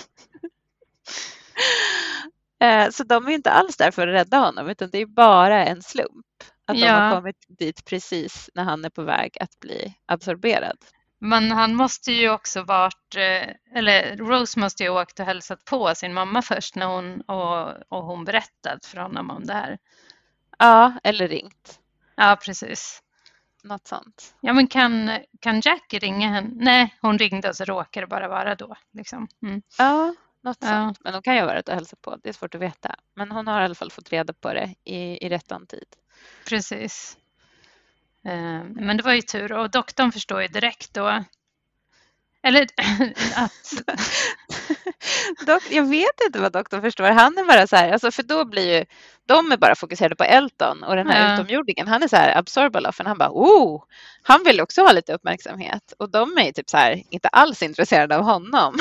eh, så de är inte alls där för att rädda honom. Utan det är bara en slump. Att Ja. de har kommit dit precis när han är på väg att bli absorberad. Men han måste ju också varit, eh, eller Rose måste ju ha åkt och hälsat på sin mamma först när hon, och, och hon berättat för honom om det här. Ja, eller ringt. Ja, precis. Något sånt. Ja, men kan, kan Jackie ringa henne? Nej, hon ringde och så råkade det bara vara då. Liksom. Mm. Ja, något Ja. sånt. Men hon kan ju ha varit och hälsat på. Det är svårt att veta. Men hon har i alla fall fått reda på det i, i rättan tid. Precis. Eh, Men det var ju tur och doktorn förstår ju direkt då. Eller att... Dok, jag vet inte vad doktorn förstår. Han är bara så här, alltså för då blir ju, de är bara fokuserade på Elton och den här Ja. utomjordingen. Han är så här Absorbaloffen. Han bara, oh, han vill också ha lite uppmärksamhet. Och de är ju typ så här, inte alls intresserade av honom.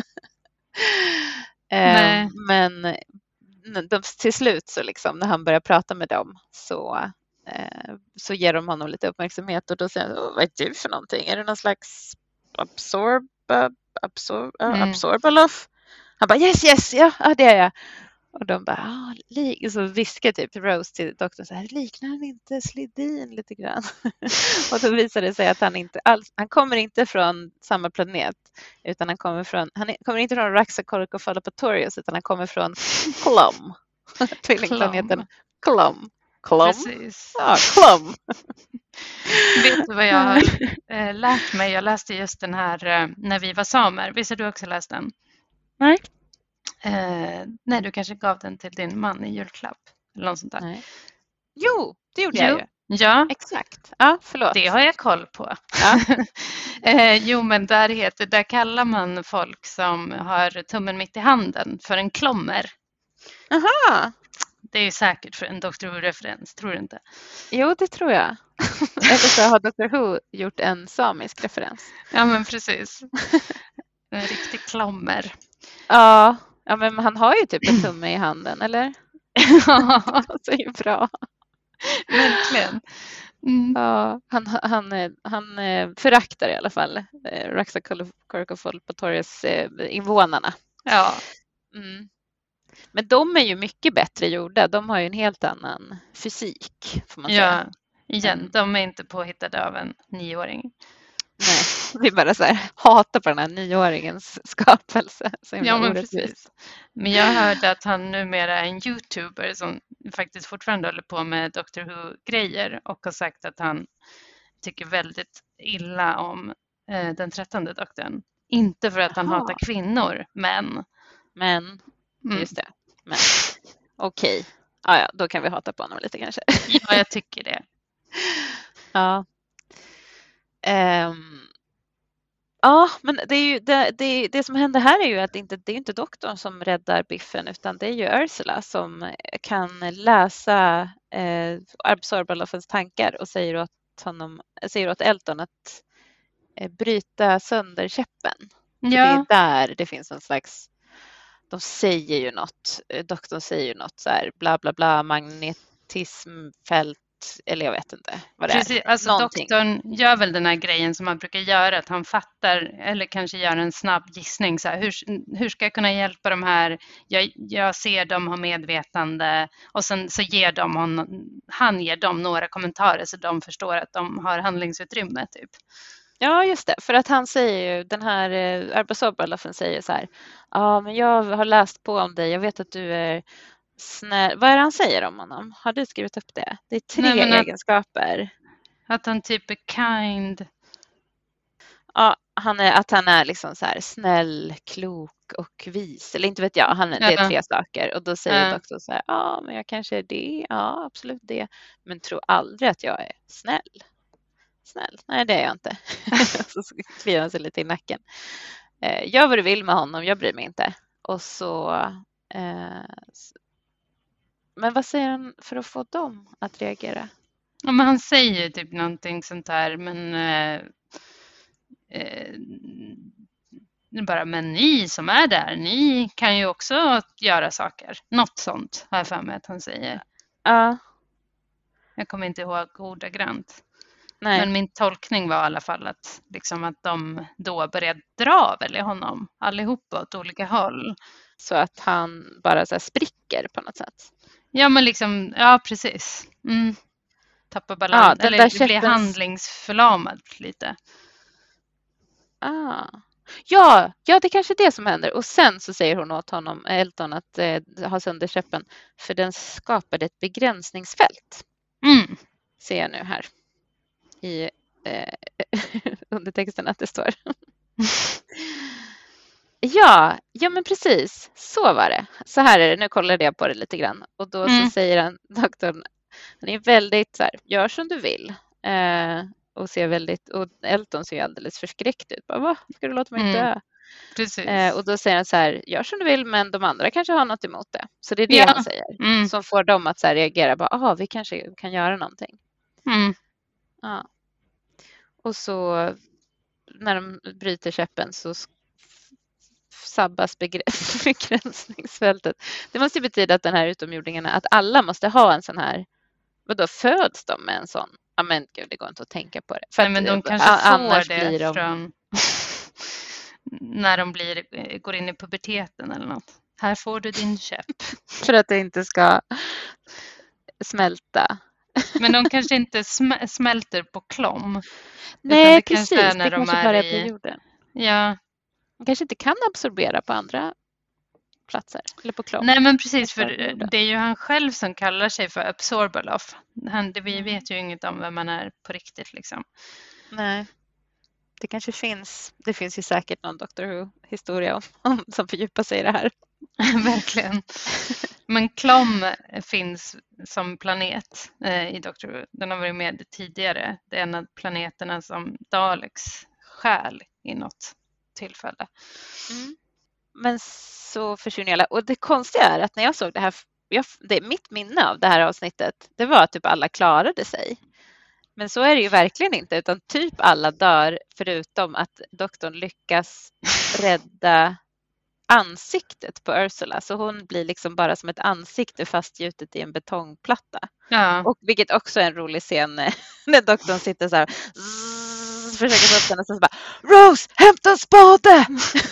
Nej. eh, men de, till slut så liksom när han börjar prata med dem så eh, så ger de honom lite uppmärksamhet och då säger han, oh, vad är du för någonting? Är det någon slags absorb, absorb, Mm. absorbaloff? Han bara yes, yes, ja, ja det är jag. Och de bara, ah, li-. Så viskar typ Rose till doktorn så här, liknar han inte Slidin lite grann? Och då visar det sig att han inte alls, han kommer inte från samma planet utan han kommer från, han är, kommer inte från Raxacoricofallapatorius utan han kommer från Klum. Tvillingplaneten Klum. Klum. Precis. Ja, Klum. Vet du vad jag har eh, lärt mig? Jag läste just den här eh, När vi var samer. Visst har du också läst den? Nej. Eh, nej, du kanske gav den till din man i julklapp. Eller något sånt där. Nej. Jo, det gjorde Jo. jag ju. Ja, Exakt. Ja, förlåt. det har jag koll på. Ja. eh, jo, men där, heter, där kallar man folk som har tummen mitt i handen för en klommer. Aha. Det är säkert för en Doctor Who-referens, tror du inte? Jo, det tror jag. Eller så har Doctor Who gjort en samisk referens. Ja, men precis. En riktig klommer. Ja, ja, men han har ju typ en tumme i handen, eller? Ja, Det är ju bra. verkligen. Mm. Ja, han, han, han, han föraktar i alla fall eh, Raxacoricofallapatorius eh, invånarna. Ja, Mm. Men de är ju mycket bättre gjorda. De har ju en helt annan fysik, får man ja, säga. igen, Mm. de är inte påhittade av en nioåring. Nej, det är bara så här, hatar på den här nioåringens skapelse. Så himla Ja, men orättvist. precis. Men jag hörde att han numera är en YouTuber som faktiskt fortfarande håller på med Doctor Who-grejer och har sagt att han tycker väldigt illa om eh, den trettonde doktorn. Inte för att han Jaha. hatar kvinnor, men... Men, Mm, just det. Men okej, ja, ja, då kan vi hata på honom lite kanske. ja, jag tycker det. Ja. Ehm, ja, men det, är ju, det, det, det som händer här är ju att det inte, det är inte doktorn som räddar Biffen utan det är ju Ursula som kan läsa eh, Absorbaloffens tankar och säger åt, honom, säger åt Elton att eh, bryta sönder käppen. För Ja, det är där det finns en slags, de säger ju något, eh, doktorn säger ju något så här bla bla bla magnetismfält eller jag vet inte vad det precis. är. Alltså, Någonting. doktorn gör väl den här grejen som man brukar göra, att han fattar eller kanske gör en snabb gissning. Så här, hur, hur ska jag kunna hjälpa de här? Jag, jag ser dem ha medvetande och sen så ger de hon, han ger dem några kommentarer så de förstår att de har handlingsutrymme. Typ. Ja, just det. För att han säger ju, den här eh, Absorbaloffen säger så här, ja men jag har läst på om dig, jag vet att du är snäll. Vad är det han säger om honom? Har du skrivit upp det? Det är tre Nej, men att- egenskaper. Att han typ är kind. Ja, han är, att han är liksom så här snäll, klok och vis. Eller inte vet jag, han, det är Ja. tre saker. Och då säger Ja. doktorn så här, ja men jag kanske är det, ja absolut det. Men tro aldrig att jag är snäll. Snäll, nej det är jag inte. Så kliar han sig lite i nacken. Eh, gör vad du vill med honom, jag bryr mig inte. Och så... Eh, men vad säger han för att få dem att reagera? Ja, men han säger ju typ någonting sånt här, men eh, eh, det är bara, men ni som är där, ni kan ju också göra saker. Något sånt har jag för mig att han säger. Ja, Jag kommer inte ihåg ordagrant. nej. Men min tolkning var i alla fall att, liksom, att de då började dra väl i honom allihopa åt olika håll. Så att han bara så här spricker på något sätt. Ja, men liksom, ja precis. Mm. Tappar Ja, balans, den eller där blir käppens- handlingsförlamad lite. Ah. Ja, ja, det är kanske är det som händer. Och sen så säger hon åt honom, Elton, att eh, ha sönder käppen. För den skapade ett begränsningsfält. Mm. Ser jag nu här. I eh, undertexten att det står. Ja, ja men precis. Så var det. Så här är det. Nu kollade jag på det lite grann. Och då Mm. så säger han, doktorn, han är väldigt så här, gör som du vill. Eh, och ser väldigt, och Elton ser alldeles förskräckt ut. Bara, va? Ska du låta mig Mm. dö? Precis. Eh, och då säger han så här, gör som du vill, men de andra kanske har något emot det. Så det är det Ja. han säger. Mm. Som får dem att så här reagera, bara, ah, vi kanske kan göra någonting. Mm. Ja. Och så när de bryter käppen så s- sabbas begr- begränsningsfältet. Det måste ju betyda att den här utomjordingarna, att alla måste ha en sån här, vadå, föds de med en sån? Ja men gud, det går inte att tänka på det. För Nej, att, men de eh, kanske a- får annars det blir de... från när de blir, går in i puberteten eller något. Här får du din käpp. För att det inte ska smälta. Men de kanske inte sm- smälter på klom. Nej, det kanske precis. är när Det de kanske är bara är i- på jorden. Ja, De kanske inte kan absorbera på andra platser. Eller på klom. nej men precis, Bara för på jorden. det är ju han själv som kallar sig för Absorbaloff. Han, det, vi Mm. vet ju inget om vem man är på riktigt liksom. Nej. Det kanske finns, det finns ju säkert någon Doctor Who-historia om, om, som fördjupar sig i det här. Verkligen. Men Klom finns som planet eh, i Doctor Who. Den har varit med tidigare. Det är en av planeterna som Daleks stjäl i något tillfälle. Mm. Men så försvinner alla. Och det konstiga är att när jag såg det här, jag, det, mitt minne av det här avsnittet, det var att typ alla klarade sig. Men så är det ju verkligen inte, utan typ alla dör förutom att doktorn lyckas rädda ansiktet på Ursula. Så hon blir liksom bara som ett ansikte fastgjutet i en betongplatta. Ja, Och vilket också är en rolig scen när- när doktorn sitter så här zzz, försöker få upp den och sen så bara Rose, hämta en spade!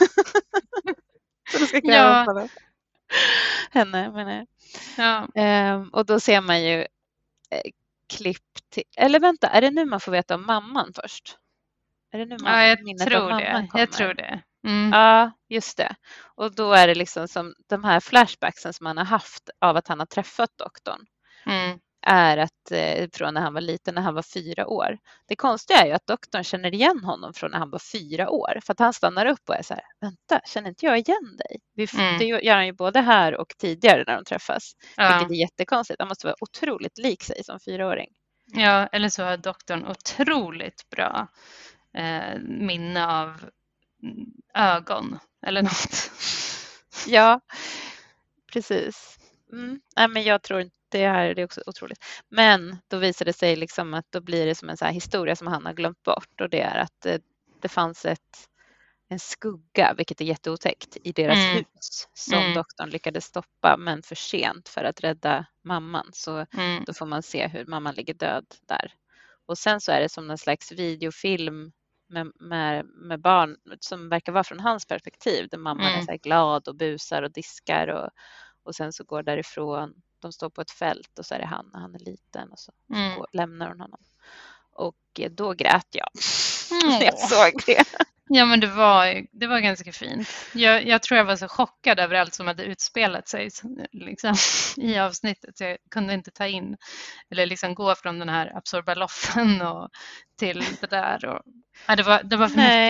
Så du ska Ja. klara upp henne. menar jag. ja. Ehm, och då ser man ju eh, klipp till, eller vänta, är det nu man får veta om mamman först? Är det nu man ja jag minnet av tror mamman det. kommer? Jag tror det. Mm. Ja, just det. Och då är det liksom som de här flashbacksen som han har haft av att han har träffat doktorn. Mm. Är att eh, från när han var liten, när han var fyra år. Det konstiga är ju att doktorn känner igen honom från när han var fyra år. För att han stannar upp och är så här, vänta, känner inte jag igen dig? Vi, f- Mm. Det gör han ju både här och tidigare när de träffas. Ja. Vilket är jättekonstigt. Han måste vara otroligt lik sig som fyraåring. ja, eller så har doktorn otroligt bra eh, minne av mm, ögon eller något. Ja, precis. Mm. Nej, men jag tror inte det här det är också otroligt. Men då visar det sig liksom att då blir det som en så här historia som han har glömt bort. Och det är att eh, det fanns ett, en skugga, vilket är jätteotäckt, i deras Mm. hus. Som Mm. doktorn lyckades stoppa, men för sent för att rädda mamman. Så Mm. då får man se hur mamman ligger död där. Och sen så är det som en slags videofilm med, med, med barn som verkar vara från hans perspektiv. Där mamman Mm. är så här glad och busar och diskar och, och sen så går därifrån. De står på ett fält och så är det han när han är liten och så Mm. går, lämnar hon honom. Och eh, då grät jag Mm. när jag såg det. Ja, men det var, det var ganska fint. Jag, jag tror jag var så chockad över allt som hade utspelat sig liksom, i avsnittet. Så jag kunde inte ta in eller liksom gå från den här absorbaloffen och till det där. Och, ja, det, var, det var för Nej. mycket.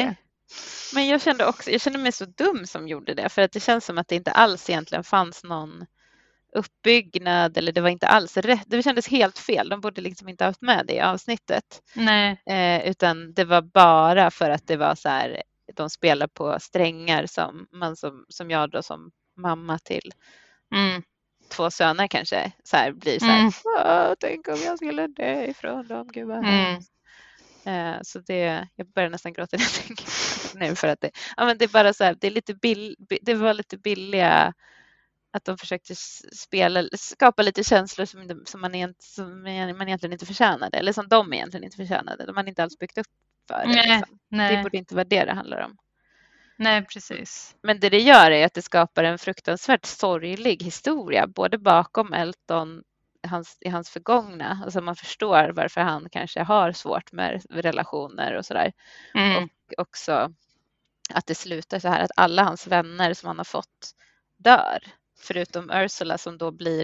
Men jag kände också, jag kände mig så dum som gjorde det, för att det känns som att det inte alls egentligen fanns någon uppbyggnad, eller det var inte alls rätt. Det kändes helt fel. De borde liksom inte haft med det i avsnittet. Nej. Eh, utan det var bara för att det var så här, de spelar på strängar som man som, som jag då som mamma till Mm. två söner kanske så här, blir så här, Mm. Åh, tänk om jag skulle dö ifrån dem, gud vad Mm. hemskt. Eh, så det, jag börjar nästan gråta när jag tänker nu, för att det, ja, men det är bara så här, det är lite bill, det var lite billiga, att de försökte spela, skapa lite känslor som, som, man, egent, som man egentligen inte förtjänade, eller som de egentligen inte förtjänade. De hade inte alls byggt upp för det. Nej, Liksom. nej. Det borde inte vara det det handlar om. Nej, precis. Men det det gör är att det skapar en fruktansvärt sorglig historia, både bakom Elton hans, i hans förgångna. Alltså man förstår varför han kanske har svårt med relationer och sådär. Mm. Och också att det slutar så här att alla hans vänner som han har fått dör. Förutom Ursula som då blir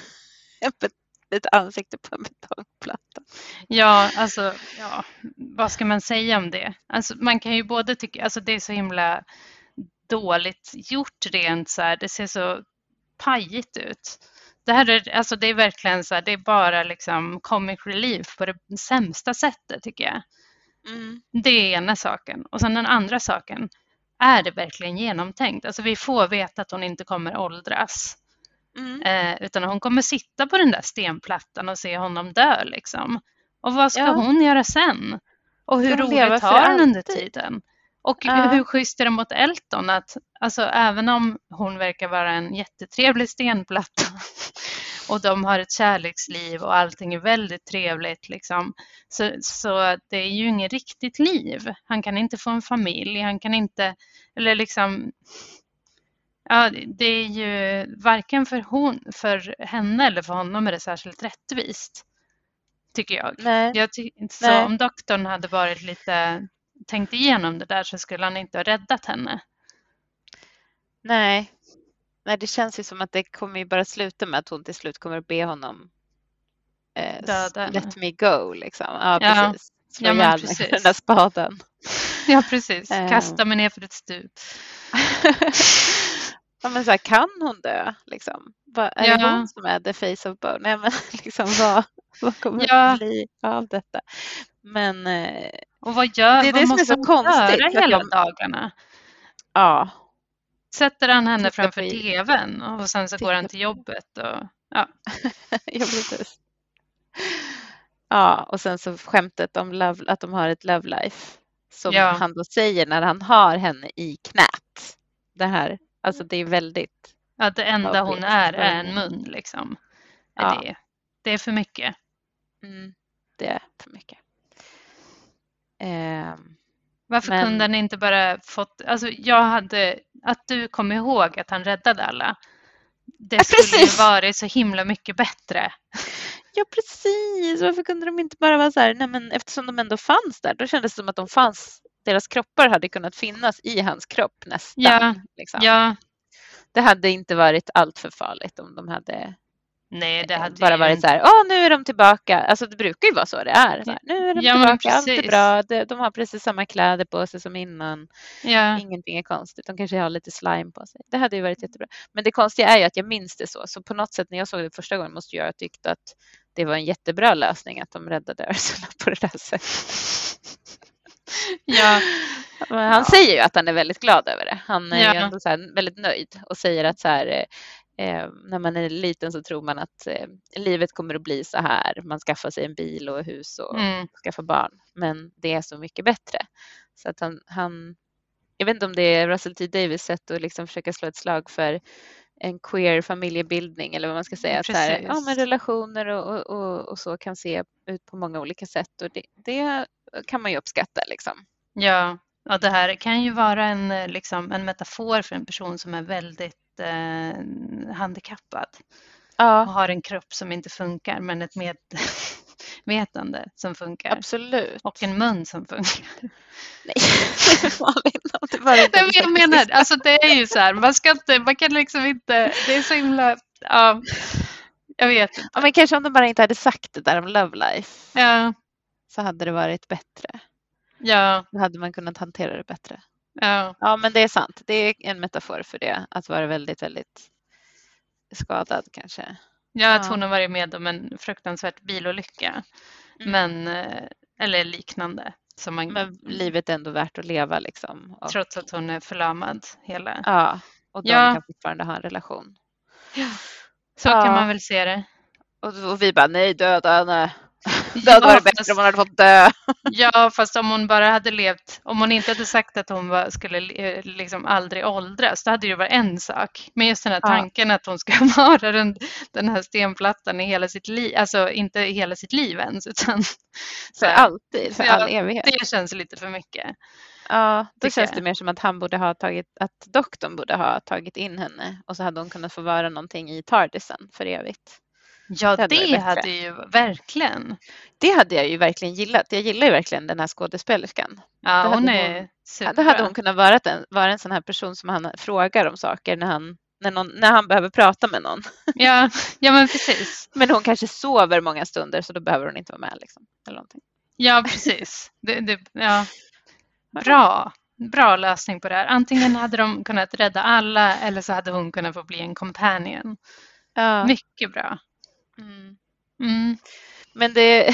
ett ansikte på en betongplatta. Ja, alltså, ja, vad ska man säga om det? Alltså, man kan ju både tycka, alltså det är så himla dåligt gjort rent så här, det ser så pajigt ut. Det här är, alltså det är verkligen så här, det är bara liksom comic relief på det sämsta sättet tycker jag. Mm. Det är ena saken. Och sen den andra saken, är det verkligen genomtänkt? Alltså vi får veta att hon inte kommer åldras. Mm. Eh, utan hon kommer sitta på den där stenplattan och se honom dö liksom. Och vad ska Ja. hon göra sen? Och hur Ska hon leva roligt för har hon under alltid? tiden? Och Ja. hur, hur schysst är det mot Elton att alltså, även om hon verkar vara en jättetrevlig stenplatta och de har ett kärleksliv och allting är väldigt trevligt liksom, så, så det är ju inget riktigt liv. Han kan inte få en familj, han kan inte, eller liksom, ja, det är ju varken för, hon, för henne eller för honom är det särskilt rättvist, tycker jag. Nej. jag ty- så Nej. om doktorn hade varit lite tänkt igenom det där så skulle han inte ha räddat henne. Nej. Nej, det känns ju som att det kommer ju bara sluta med att hon till slut kommer att be honom eh, Döda henne. let me go liksom. Ja, Ja. precis. Slå Ja, men ihjäl mig precis. med den där spaden. Ja, precis. Eh. Kasta mig ner för ett stup. Ja, men så här, kan hon dö liksom? Vad, är Ja. det hon som är the face of bone? Nej, men liksom vad, vad kommer Ja. det bli av detta? Men eh, Och vad gör Det är vad det som är måste så hon konstigt, göra för att hela de- dagarna? ja. Sätter han henne Titta framför på- tvn och sen så Titta går han på- till jobbet och ja. Ja, precis. Ja, och sen så skämtet om love, att de har ett love life. Som Ja. han då säger när han har henne i knät. Det här, alltså det är väldigt... Ja, det enda Ja, hon det- är är en mun liksom. Är Ja. det. det är för mycket. Mm, det är för mycket. Ehm, Varför Men- kunde han inte bara fått, alltså jag hade, att du kom ihåg att han räddade alla. Det Ja, skulle ju precis. varit så himla mycket bättre. ja, precis. Varför kunde de inte bara vara så här, nej men eftersom de ändå fanns där, då kändes det som att de fanns, deras kroppar hade kunnat finnas i hans kropp nästan. Ja, liksom. Ja, Det hade inte varit allt för farligt om de hade nej det hade bara ju varit inte- så här, åh nu är de tillbaka. Alltså det brukar ju vara så det är. Så här, nu är de Ja, men tillbaka, allt är precis. bra. De, de har precis samma kläder på sig som innan. Ja, Ingenting är konstigt. De kanske har lite slime på sig. Det hade ju varit jättebra. Men det konstiga är ju att jag minns det så. Så på något sätt när jag såg det första gången måste jag ha tyckt att det var en jättebra lösning att de räddade Ursula på det där sättet. ja, Men han säger ju att han är väldigt glad över det. Han är ju Ja. ändå så här väldigt nöjd och säger att så här, eh, eh, när man är liten så tror man att eh, livet kommer att bli så här. Man skaffar sig en bil och hus och mm, skaffar barn. Men det är så mycket bättre. Så att han, han jag vet inte om det är Russell T Davies sätt att liksom försöka slå ett slag för en queer familjebildning eller vad man ska säga. Att så här, Precis. ja, men relationer och, och, och, och så kan se ut på många olika sätt. Och det, det kan man ju uppskatta liksom. ja. Ja, det här kan ju vara en, eh, liksom, en metafor för en person som är väldigt eh, handikappad och Ja, har en kropp som inte funkar men ett medvetande som funkar absolut. och en mun som funkar. Nej, Malin, om det var inte Nej, men jag menar, alltså det är ju så här, man ska inte, man kan liksom inte, det är så himla, ja, jag vet inte. Ja, men kanske om de bara inte hade sagt det där om Love Life Ja, så hade det varit bättre. ja, Då hade man kunnat hantera det bättre. Ja. Ja, men det är sant. Det är en metafor för det. Att vara väldigt, väldigt skadad kanske. Ja, att Ja. hon har varit med om en fruktansvärt bilolycka. Mm. Men, eh, eller liknande. Som man, Men livet är ändå värt att leva liksom. Och, trots att hon är förlamad hela. ja, och de Ja. kan fortfarande ha en relation. Så Ja. kan man väl se det. Och, och vi bara, nej, döda henne. Det Ja, hade varit bättre fast- om hon hade fått dö. Ja, fast om hon bara hade levt, om hon inte hade sagt att hon var, skulle eh, liksom aldrig åldras, då hade det ju varit en sak. Men just den här Ja. tanken att hon ska vara den, den här stenplattan i hela sitt liv, alltså inte i hela sitt liv ens, utan så För här, alltid, för Ja, all evighet. det känns lite för mycket. Ja, då tycker känns jag. det mer som att han borde ha tagit, att doktorn borde ha tagit in henne och så hade hon kunnat få vara någonting i Tardisen för evigt. Ja, Det hade varit det bättre. hade ju verkligen. Det hade jag ju verkligen gillat. Jag gillar ju verkligen den här skådespelerskan. Ja, Då hon hade är hon- superbra. Då hade hon kunnat vara en, vara en sån här person som han frågar om saker när han, när någon, när han behöver prata med någon. Ja, ja, men precis. Men hon kanske sover många stunder så då behöver hon inte vara med. Liksom, eller någonting. Ja, precis. Det, det, ja. Bra. Bra lösning på det här. Antingen hade de kunnat rädda alla eller så hade hon kunnat få bli en companion. Ja. Mycket bra. Mm. Mm. Men det,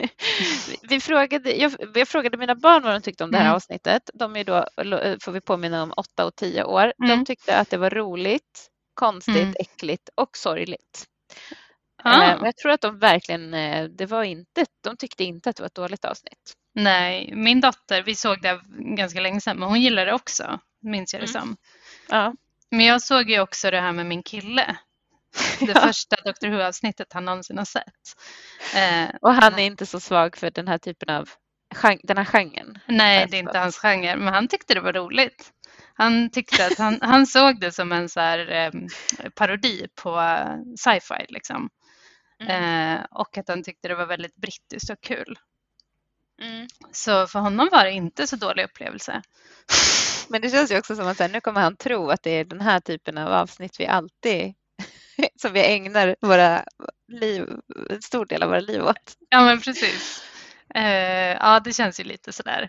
vi frågade, jag, jag frågade mina barn vad de tyckte om det här Mm. avsnittet. De är då, får vi påminna om, åtta och tio år. De Mm. tyckte att det var roligt, konstigt, Mm. äckligt och sorgligt. Ah. Eh, och jag tror att de verkligen, eh, det var inte, de tyckte inte att det var ett dåligt avsnitt. Nej, min dotter, vi såg det ganska länge sedan, men hon gillar det också, minns jag det Mm. som. Ja. Men jag såg ju också det här med min kille. Det Ja. första Doctor Who-avsnittet han någonsin har sett. Eh, Och han är inte så svag för den här typen av, gen- den här genren. nej, jag det är inte förstått. hans genre, men han tyckte det var roligt. Han tyckte att han, han såg det som en så här, eh, parodi på eh, sci-fi liksom. Mm. Eh, och att han tyckte det var väldigt brittiskt och kul. Mm. Så för honom var det inte så dålig upplevelse. Men det känns ju också som att så här, nu kommer han tro att det är den här typen av avsnitt vi alltid som vi ägnar våra liv, en stor del av våra liv åt. Ja, men precis. Eh, ja, det känns ju lite sådär.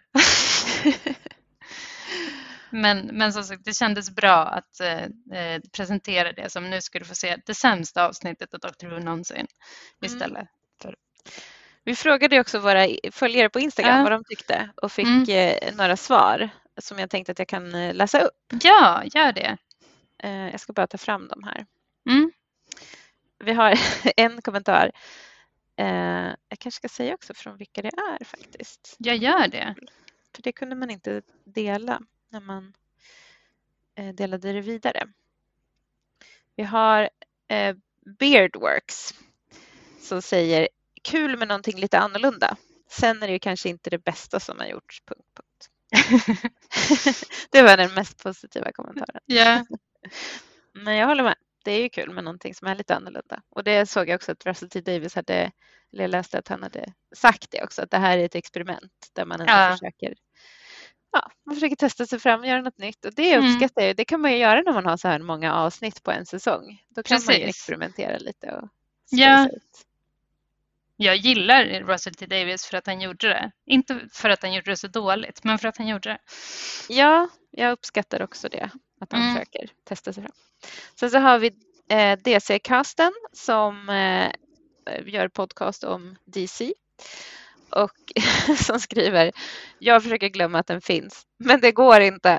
men, men som sagt, det kändes bra att eh, presentera det som nu ska du få se det sämsta avsnittet av Doctor Who någonsin istället. För, Vi frågade också våra följare på Instagram Ja. vad de tyckte och fick Mm. eh, några svar som jag tänkte att jag kan eh, läsa upp. ja, gör det. Eh, jag ska bara ta fram dem här. Mm. Vi har en kommentar. Eh, jag kanske ska säga också från vilka det är faktiskt. Jag gör det. För det kunde man inte dela när man eh, delade det vidare. Vi har eh, Beardworks som säger kul med någonting lite annorlunda. Sen är det ju kanske inte det bästa som har gjorts. Punkt, punkt. Det var den mest positiva kommentaren. Ja. Men jag håller med. Det är ju kul med någonting som är lite annorlunda. Och det såg jag också att Russell T Davies hade, eller jag läste att han hade sagt det också, att det här är ett experiment där man ändå Ja. försöker, ja, man försöker testa sig fram och göra något nytt. Och det Mm. uppskattar jag. Det kan man ju göra när man har så här många avsnitt på en säsong. Då kan man ju Precis. experimentera lite och Ja. spacea ut. Jag gillar Russell T Davies för att han gjorde det. Inte för att han gjorde det så dåligt, men för att han gjorde det. Ja, jag uppskattar också det. Att han Mm. försöker testa sig fram. Sen så har vi eh, D C-casten som eh, gör podcast om D C. Och som skriver, jag försöker glömma att den finns, men det går inte.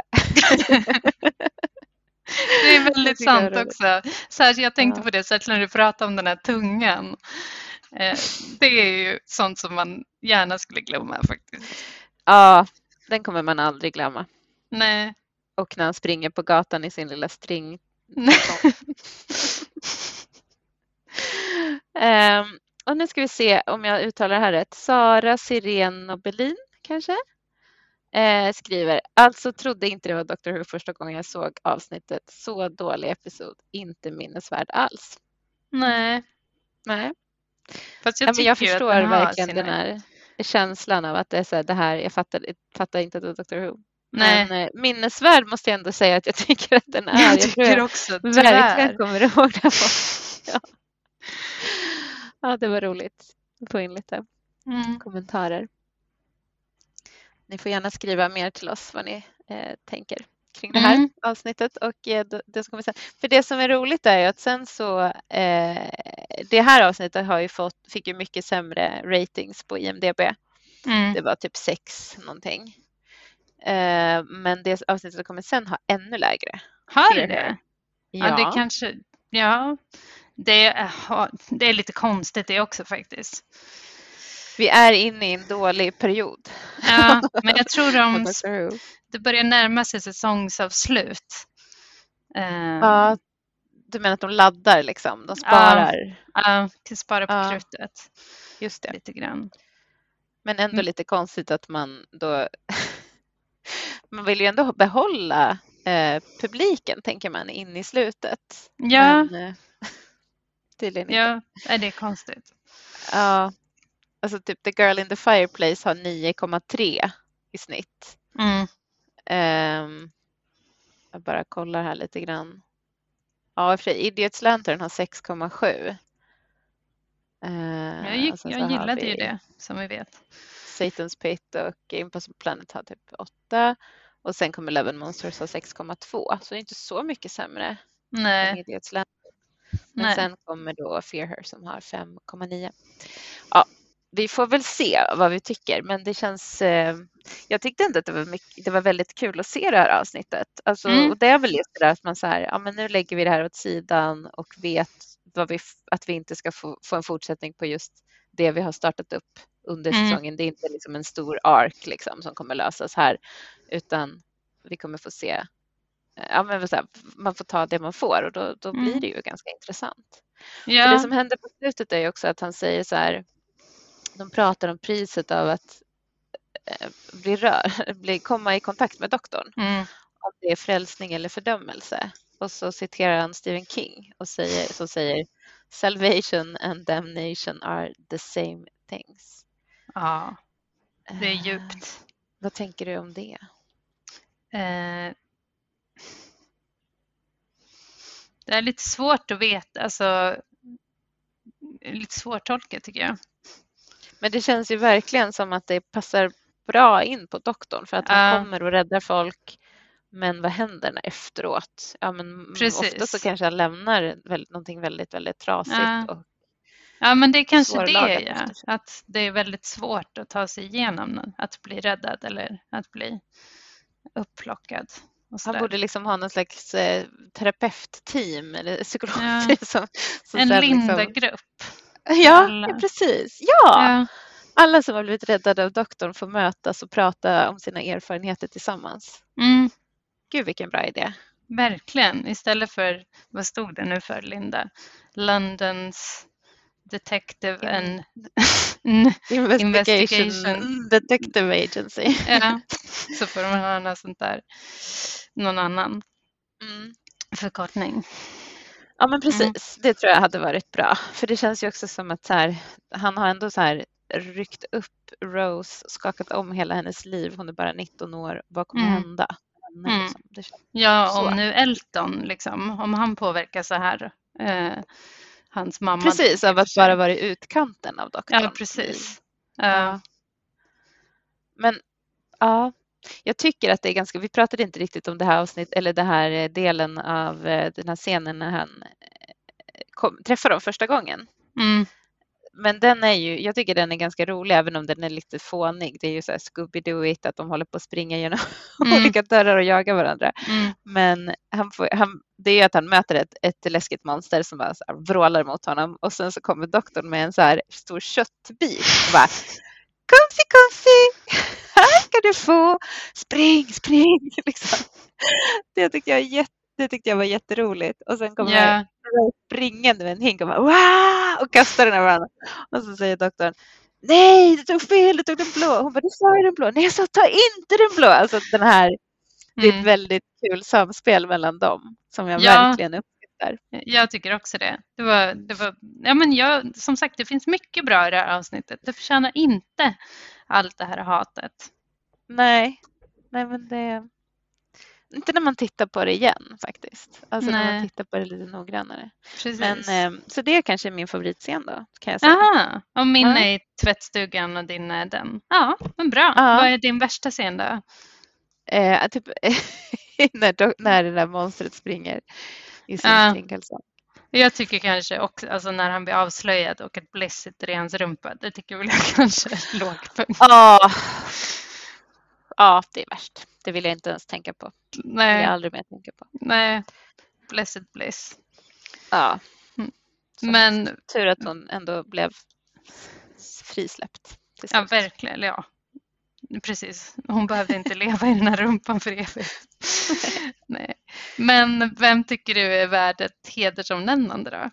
Det är väldigt tycker jag är sant roligt. också. Så här, jag tänkte Ja. på det särskilt när du pratade om den här tungan. Eh, det är ju sånt som man gärna skulle glömma faktiskt. Ja, den kommer man aldrig glömma. Nej. Och när han springer på gatan i sin lilla string. um, och nu ska vi se om jag uttalar det här rätt. Sara Sirén Nobelin kanske? Eh, skriver, alltså trodde inte det var Doctor Who första gången jag såg avsnittet. Så dålig episod, inte minnesvärd alls. Nej. Nej. Fast jag Ja, men jag tycker ju förstår att den har verkligen sina... den här känslan av att det är så här, det här, jag fattar, jag fattar inte att det är Doctor Who. Nej. Men eh, minnesvärd måste jag ändå säga att jag tycker att den är. Jag tror tycker också, verkligen tyvärr. kommer ihåg det. Ja. Ja, det var roligt att få in lite Mm. kommentarer. Ni får gärna skriva mer till oss vad ni eh, tänker kring det här Mm. avsnittet. Och eh, det, det ska vi säga. För det som är roligt är ju att sen så eh, det här avsnittet har ju fått, fick ju mycket sämre ratings på I M D B. Mm. Det var typ sex någonting. Eh, men det avsnittet som kommer sen har ännu lägre. Har Fear det? Her. Ja, Ja, det kanske, ja, det är, det är lite konstigt det också faktiskt. vi är inne i en dålig period. Ja, men jag tror de, Doctor Who. det börjar närma sig säsongsavslut. Eh, Ja, du menar att de laddar liksom? De sparar? Ja, till spara på Ja. krutet Just det. lite grann. Men ändå Mm. lite konstigt att man då... man vill ju ändå behålla eh, publiken, tänker man, in i slutet. Ja, Men eh, tydligen inte. ja, är det är konstigt. Ja, alltså typ The Girl in the Fireplace har nio komma tre i snitt. Mm. Ehm, jag bara kollar här lite grann. Ja, i och för sig, Idiot's Lantern har sex komma sju. Ehm, Jag, gick, och sen jag så har gillade vi ju det, som vi vet. Satan's Pit och Impossible Planet har typ åtta. Och sen kommer Eleven Monsters ha sex komma två. Så det är inte så mycket sämre än Nej, Idiot's Lantern. Men nej. sen kommer då Fear Her som har fem komma nio. Ja, vi får väl se vad vi tycker. Men det känns... Eh, jag tyckte ändå att det var, mycket, det var väldigt kul att se det här avsnittet. Alltså, Mm. och det är väl just det där att man så här, ja men nu lägger vi det här åt sidan och vet vad vi, att vi inte ska få, få en fortsättning på just det vi har startat upp under Mm. säsongen. Det är inte liksom en stor ark liksom, som kommer lösas här, utan vi kommer få se, ja men så här, man får ta det man får och då, då Mm. blir det ju ganska intressant. För Ja, det som händer på slutet är ju också att han säger så här, de pratar om priset av att eh, bli rör, bli, komma i kontakt med doktorn. mm. Om det är frälsning eller fördömelse. Och så citerar han Stephen King och säger, som säger salvation and damnation are the same things. Ja, det är Eh, djupt. vad tänker du om det? Eh, det är lite svårt att veta, alltså lite svårtolkat tycker jag. Men det känns ju verkligen som att det passar bra in på doktorn för att han Ja. kommer och räddar folk. Men vad händer när efteråt? Ja, men Precis. ofta så kanske han lämnar väldigt, någonting väldigt, väldigt trasigt. Ja. Och, Ja, men det är kanske det, svårlagat ja. efter sig. Att det är väldigt svårt att ta sig igenom att bli räddad eller att bli upplockad. Och han sådär. borde liksom ha någon slags eh, terapeutteam eller psykologteam. Ja. Som, som En sen Linda-grupp. Liksom, ja, alla. precis. Ja. Ja, Alla som har blivit räddade av doktorn får mötas och prata om sina erfarenheter tillsammans. mm, Gud, vilken bra idé. verkligen. Istället för, vad stod det nu för Linda? Londons Detective and Investigation, Investigation. Detective Agency. Ja, så får de ha något sånt där, någon annan Mm. förkortning. Ja, men precis. Det tror jag hade varit bra. För det känns ju också som att så här, han har ändå så här ryckt upp Rose, skakat om hela hennes liv. Hon är bara nitton år. Vad kommer Mm. hända? Henne, Mm. liksom. Det känns... Ja, Så. om nu Elton, liksom, om han påverkar så här, eh, hans mamma. Precis, dog i av och att för sig. bara vara i utkanten av doktorn. Ja, precis. Ja. Ja. Men ja, jag tycker att det är ganska, vi pratade inte riktigt om det här avsnitt eller det här eh, delen av eh, den här scenen när han eh, kom, träffar dem första gången. Mm, Men den är ju, jag tycker den är ganska rolig även om den är lite fånig. Det är ju så här Scooby-Dooigt att de håller på att springa genom Mm. olika dörrar och jaga varandra. mm, Men han får, han, det är ju att han möter ett, ett läskigt monster som bara så här vrålar mot honom och sen så kommer doktorn med en så här stor köttbit och bara komsi, komsi, här ska du få, spring, spring. Liksom. Det, tyckte jag, jätte, det tyckte jag var jätteroligt. Och sen kommer ja, springande med en hink och bara wow! Och kastar den över varandra. Och så säger doktorn nej, du tog fel, du tog den blå. Hon bara, du sa ju den blå. Nej, jag sa ta inte den blå. Alltså den här, det är ett mm. väldigt kul samspel mellan dem som jag Ja. verkligen uppskattar. Jag tycker också det. Det var, det var, ja, men jag, som sagt, det finns mycket bra i det här avsnittet. Det förtjänar inte allt det här hatet. Nej, nej men det inte när man tittar på det igen faktiskt. Alltså när man Nej. tittar på det lite noggrannare. Precis. Men, eh, så det är kanske min favoritscen då, kan jag säga. Aha, och min Ja. är i tvättstugan och din är den. Ja, men bra. Ja. Vad är din värsta scen då? Eh, typ när, do- när det där monstret springer i sin Ja. stringkalsong. Jag tycker kanske också, alltså när han blir avslöjad och att Bliss sitter i hans rumpa, det tycker väl jag kanske är lågpunkt. Ja, ja, det är värst. Det vill jag inte ens tänka på. Det vill jag Nej, aldrig mer tänka på. nej, Blessed Bliss. Ja. Mm. Så Men tur att hon ändå blev frisläppt. till ja, slut. verkligen, ja. Precis, hon behövde inte leva i den här rumpan för evigt. Nej. Men vem tycker du är värd ett hedersomnämnande då?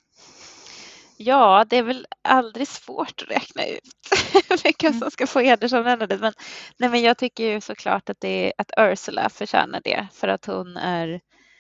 Ja, det är väl aldrig svårt att räkna ut vilka Mm. som ska få hedersomnämnande. Men, nej, men jag tycker ju såklart att, det är, att Ursula förtjänar det. För att hon är,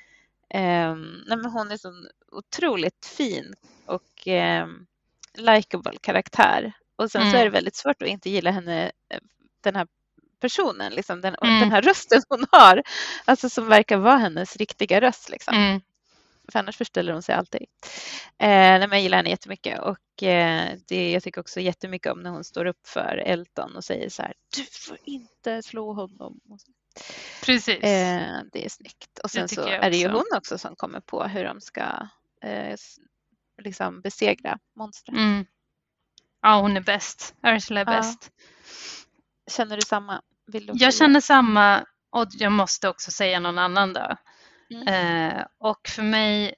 ehm, nej, men hon är så otroligt fin och um, likable karaktär. Och sen så är det Mm. väldigt svårt att inte gilla henne, eh, den här personen, liksom, den, Mm. den här rösten hon har. Alltså som verkar vara hennes riktiga röst. Liksom. Mm. För annars förställer hon sig alltid. Eh, nej, men jag gillar henne jättemycket. Och eh, det, jag tycker också jättemycket om när hon står upp för Elton och säger så här: du får inte slå honom. Precis. Eh, det är snyggt. Och sen tycker så jag är det ju också. hon också som kommer på hur de ska eh, s- liksom besegra monstret. Mm. Ja, hon är bäst. Ursula är Ja. bäst. Känner du samma? Vill du också Jag göra? känner samma, och jag måste också säga någon annan då. Mm. Eh, och för mig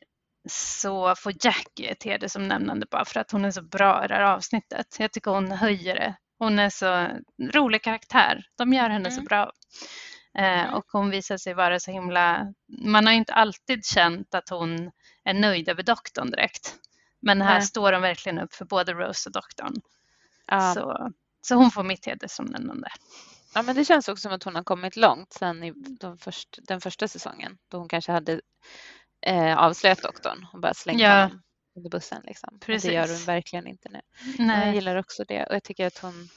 så får Jackie ett hedersomnämnande bara för att hon är så bra i det här avsnittet. Jag tycker hon höjer det. Hon är så rolig karaktär. De gör henne så Mm. bra. Eh, Mm. och hon visar sig vara så himla... Man har ju inte alltid känt att hon är nöjd över doktorn direkt. Men här Nej. står de verkligen upp för både Rose och doktorn. Ja. Så, så hon får mitt hedersomnämnande. Ja, men det känns också som att hon har kommit långt sen i de först, den första säsongen. Då hon kanske hade eh, avslöjat doktorn och bara slängt Ja. honom under bussen. Liksom. Men Precis. det gör hon verkligen inte nu. Men jag Nej. gillar också det. Och jag tycker att hon...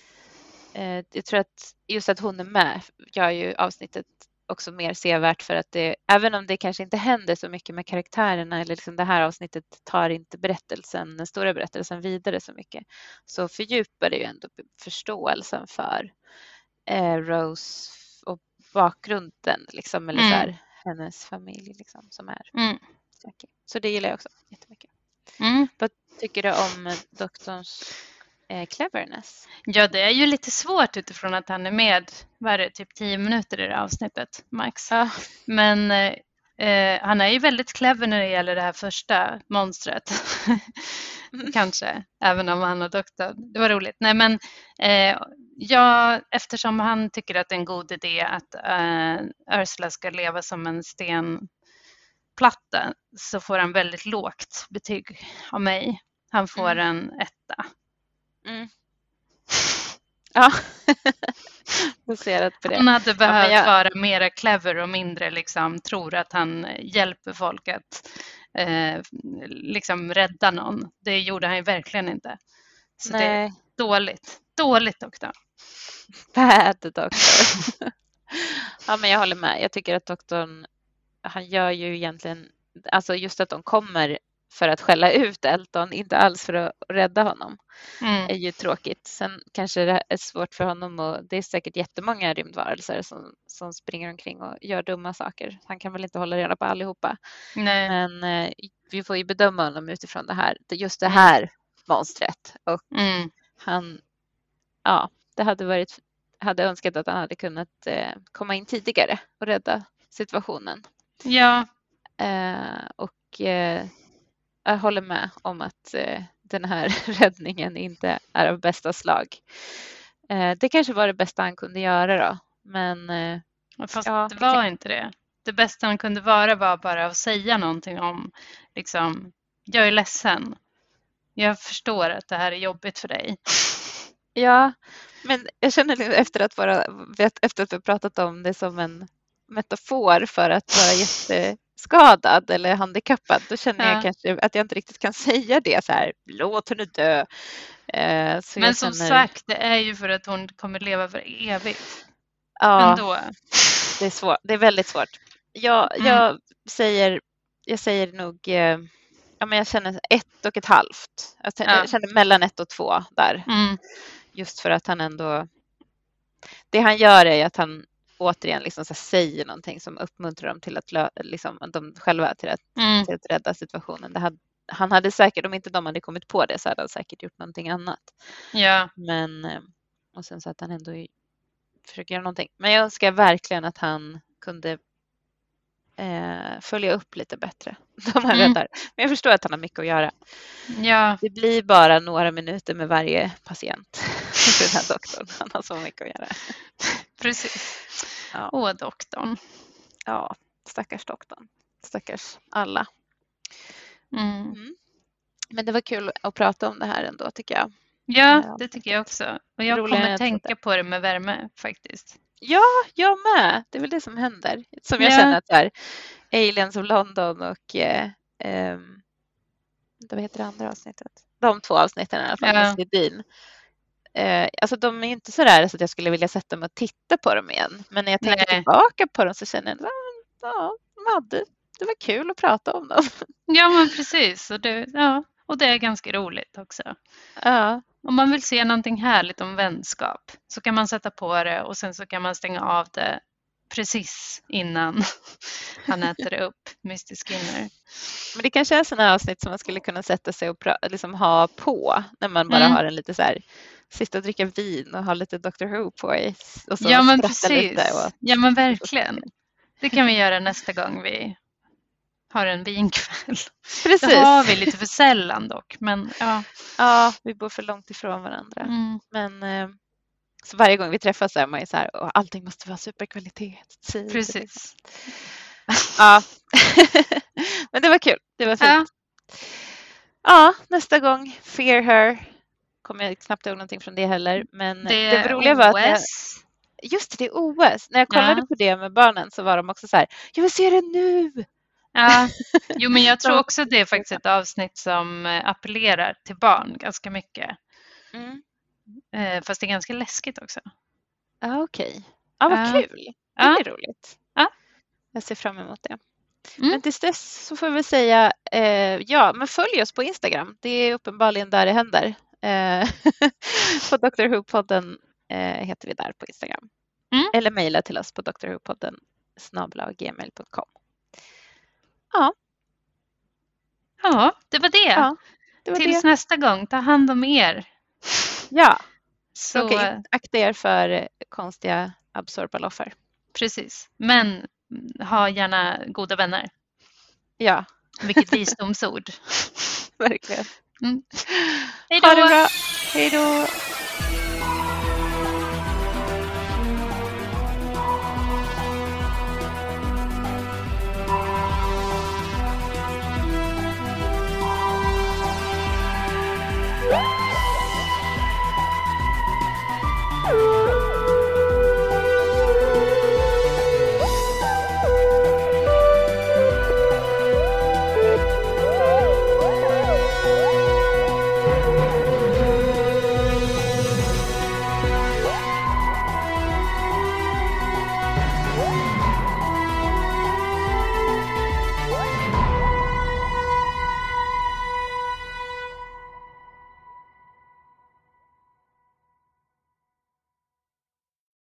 Eh, jag tror att just att hon är med gör ju avsnittet också mer sevärt. För att det, även om det kanske inte händer så mycket med karaktärerna. Eller liksom det här avsnittet tar inte berättelsen, den stora berättelsen vidare så mycket. Så fördjupar det ju ändå förståelsen för eh, Rose och bakgrunden. Liksom, eller Mm. så här, hennes familj liksom, som är Mm. Jackie. Så det gillar jag också jättemycket. Mm. Vad tycker du om doktorns eh, cleverness? Ja, det är ju lite svårt utifrån att han är med, vad är det, typ tio minuter i det här avsnittet, max. Ja. Men eh, han är ju väldigt clever när det gäller det här första monstret. Kanske, även om han och doktorn. Det var roligt. Nej, men eh, ja, eftersom han tycker att det är en god idé att eh, Ursula ska leva som en stenplatta så får han väldigt lågt betyg av mig. Han får Mm. en etta. Mm. Ja, baserat på det. Han hade behövt jag- vara mera clever och mindre liksom tror att han hjälper folk att eh, liksom rädda någon. Det gjorde han ju verkligen inte. Så det är Nej, dåligt. Dåligt doktor. bad doktor. Ja, men jag håller med. Jag tycker att doktorn, han gör ju egentligen, alltså just att de kommer för att skälla ut Elton, inte alls för att rädda honom, är Mm. ju tråkigt. Sen kanske det är svårt för honom och det är säkert jättemånga rymdvarelser som, som springer omkring och gör dumma saker. Han kan väl inte hålla reda på allihopa. Nej. Men eh, vi får ju bedöma honom utifrån det här, just det Mm. här monstret. Och Mm. han, ja, det hade varit, hade önskat att han hade kunnat eh, komma in tidigare och rädda situationen. Ja. Eh, och eh, jag håller med om att eh, den här räddningen inte är av bästa slag. Eh, det kanske var det bästa han kunde göra då. Men eh, Fast Ja, det var inte det. Det bästa han kunde vara var bara att säga någonting om liksom, jag är ledsen. Jag förstår att det här är jobbigt för dig. ja, men jag känner liksom efter att, vara, efter att vi har pratat om det som en metafor för att vara jätteskadad eller handikappad, då känner Ja. jag kanske att jag inte riktigt kan säga det så här, låt henne dö. Eh, så Men jag som känner, sagt, det är ju för att hon kommer leva för evigt. ja, Ändå. det är svårt. Det är väldigt svårt. Jag, Mm. jag säger, jag säger nog, eh, ja, men jag känner ett och ett halvt. Jag, t- Ja. jag känner mellan ett och två där. Mm. Just för att han ändå, det han gör är att han återigen liksom så här säger någonting som uppmuntrar dem till att lö- liksom, de själva till att, Mm. till att rädda situationen. Det hade, han hade säkert, om inte de hade kommit på det så hade han säkert gjort någonting annat. Ja. Men, eh, och sen så att han ändå i- försöker göra någonting. Men jag önskar verkligen att han kunde eh, följa upp lite bättre. De här Mm. räddar. Men jag förstår att han har mycket att göra. Ja. Det blir bara några minuter med varje patient för den här doktorn. Han har så mycket att göra. Precis. Ja. Åh, doktorn. Ja, stackars doktorn. Stackars alla. Mm. Men det var kul att prata om det här ändå tycker jag. Ja, det tycker jag också. Och jag Roligare än kommer jag tänka på det med värme faktiskt. Ja, jag med. Det är väl det som händer. Som jag Ja. känner att så här, Aliens of London och eh, ehm, vad heter det andra avsnittet? De två avsnitten i alla fall Ja. med Svedin. Eh, alltså de är ju inte så där så att jag skulle vilja sätta mig och titta på dem igen. Men när jag tänker Nej. tillbaka på dem så känner jag att ja, de hade, det var kul att prata om dem. Ja, men precis. Och det, ja. Och det är ganska roligt också. Ja, Om man vill se någonting härligt om vänskap så kan man sätta på det och sen så kan man stänga av det precis innan han äter upp Mystic Skinner. men det kanske är sådana avsnitt som man skulle kunna sätta sig och pra- liksom ha på när man bara Mm. har en lite så här sitta och dricka vin och ha lite Doctor Who på i och så Ja, men skratta precis. lite och, Ja, men verkligen. Det kan vi göra nästa gång vi har en vinkväll. precis. Det har vi lite för sällan dock, men ja. Ja, vi bor för långt ifrån varandra. Mm. Men eh, så varje gång vi träffas så är man ju så här och allting måste vara superkvalitet. Så- Precis. Ja. Men det var kul. Det var fint. Ja. Ja, nästa gång Fear Her. Kommer jag knappt ihåg någonting från det heller. Men Det det, är roliga var att jag, O S. just det, det är O S. När jag kollade Ja. på det med barnen så var de också så här, jag vill se det nu. Ja, jo, men jag tror De- också det är faktiskt ett avsnitt som eh, appellerar till barn ganska mycket. Mm. Eh, Fast det är ganska läskigt också. Ja, okej. Ja, vad Ja. kul. Det Ja. är roligt. Ja. Jag ser fram emot det. Mm. Men tills dess så får vi säga, eh, ja, men följ oss på Instagram. Det är uppenbarligen där det händer. Eh, på Doctor Who-podden eh, heter vi där på Instagram. Mm. Eller mejla till oss på d r who podden snabel-a gmail punkt com. Ja, Ja, det var det. ja, det var Tills det. nästa gång, ta hand om er. Ja, Så, okej. eh, Akta er för eh, konstiga absorbaloffer. precis. Men mm, ha gärna goda vänner. Ja, Vilket visdomsord. verkligen. Mm. Hej Ha det då! bra. Hej då.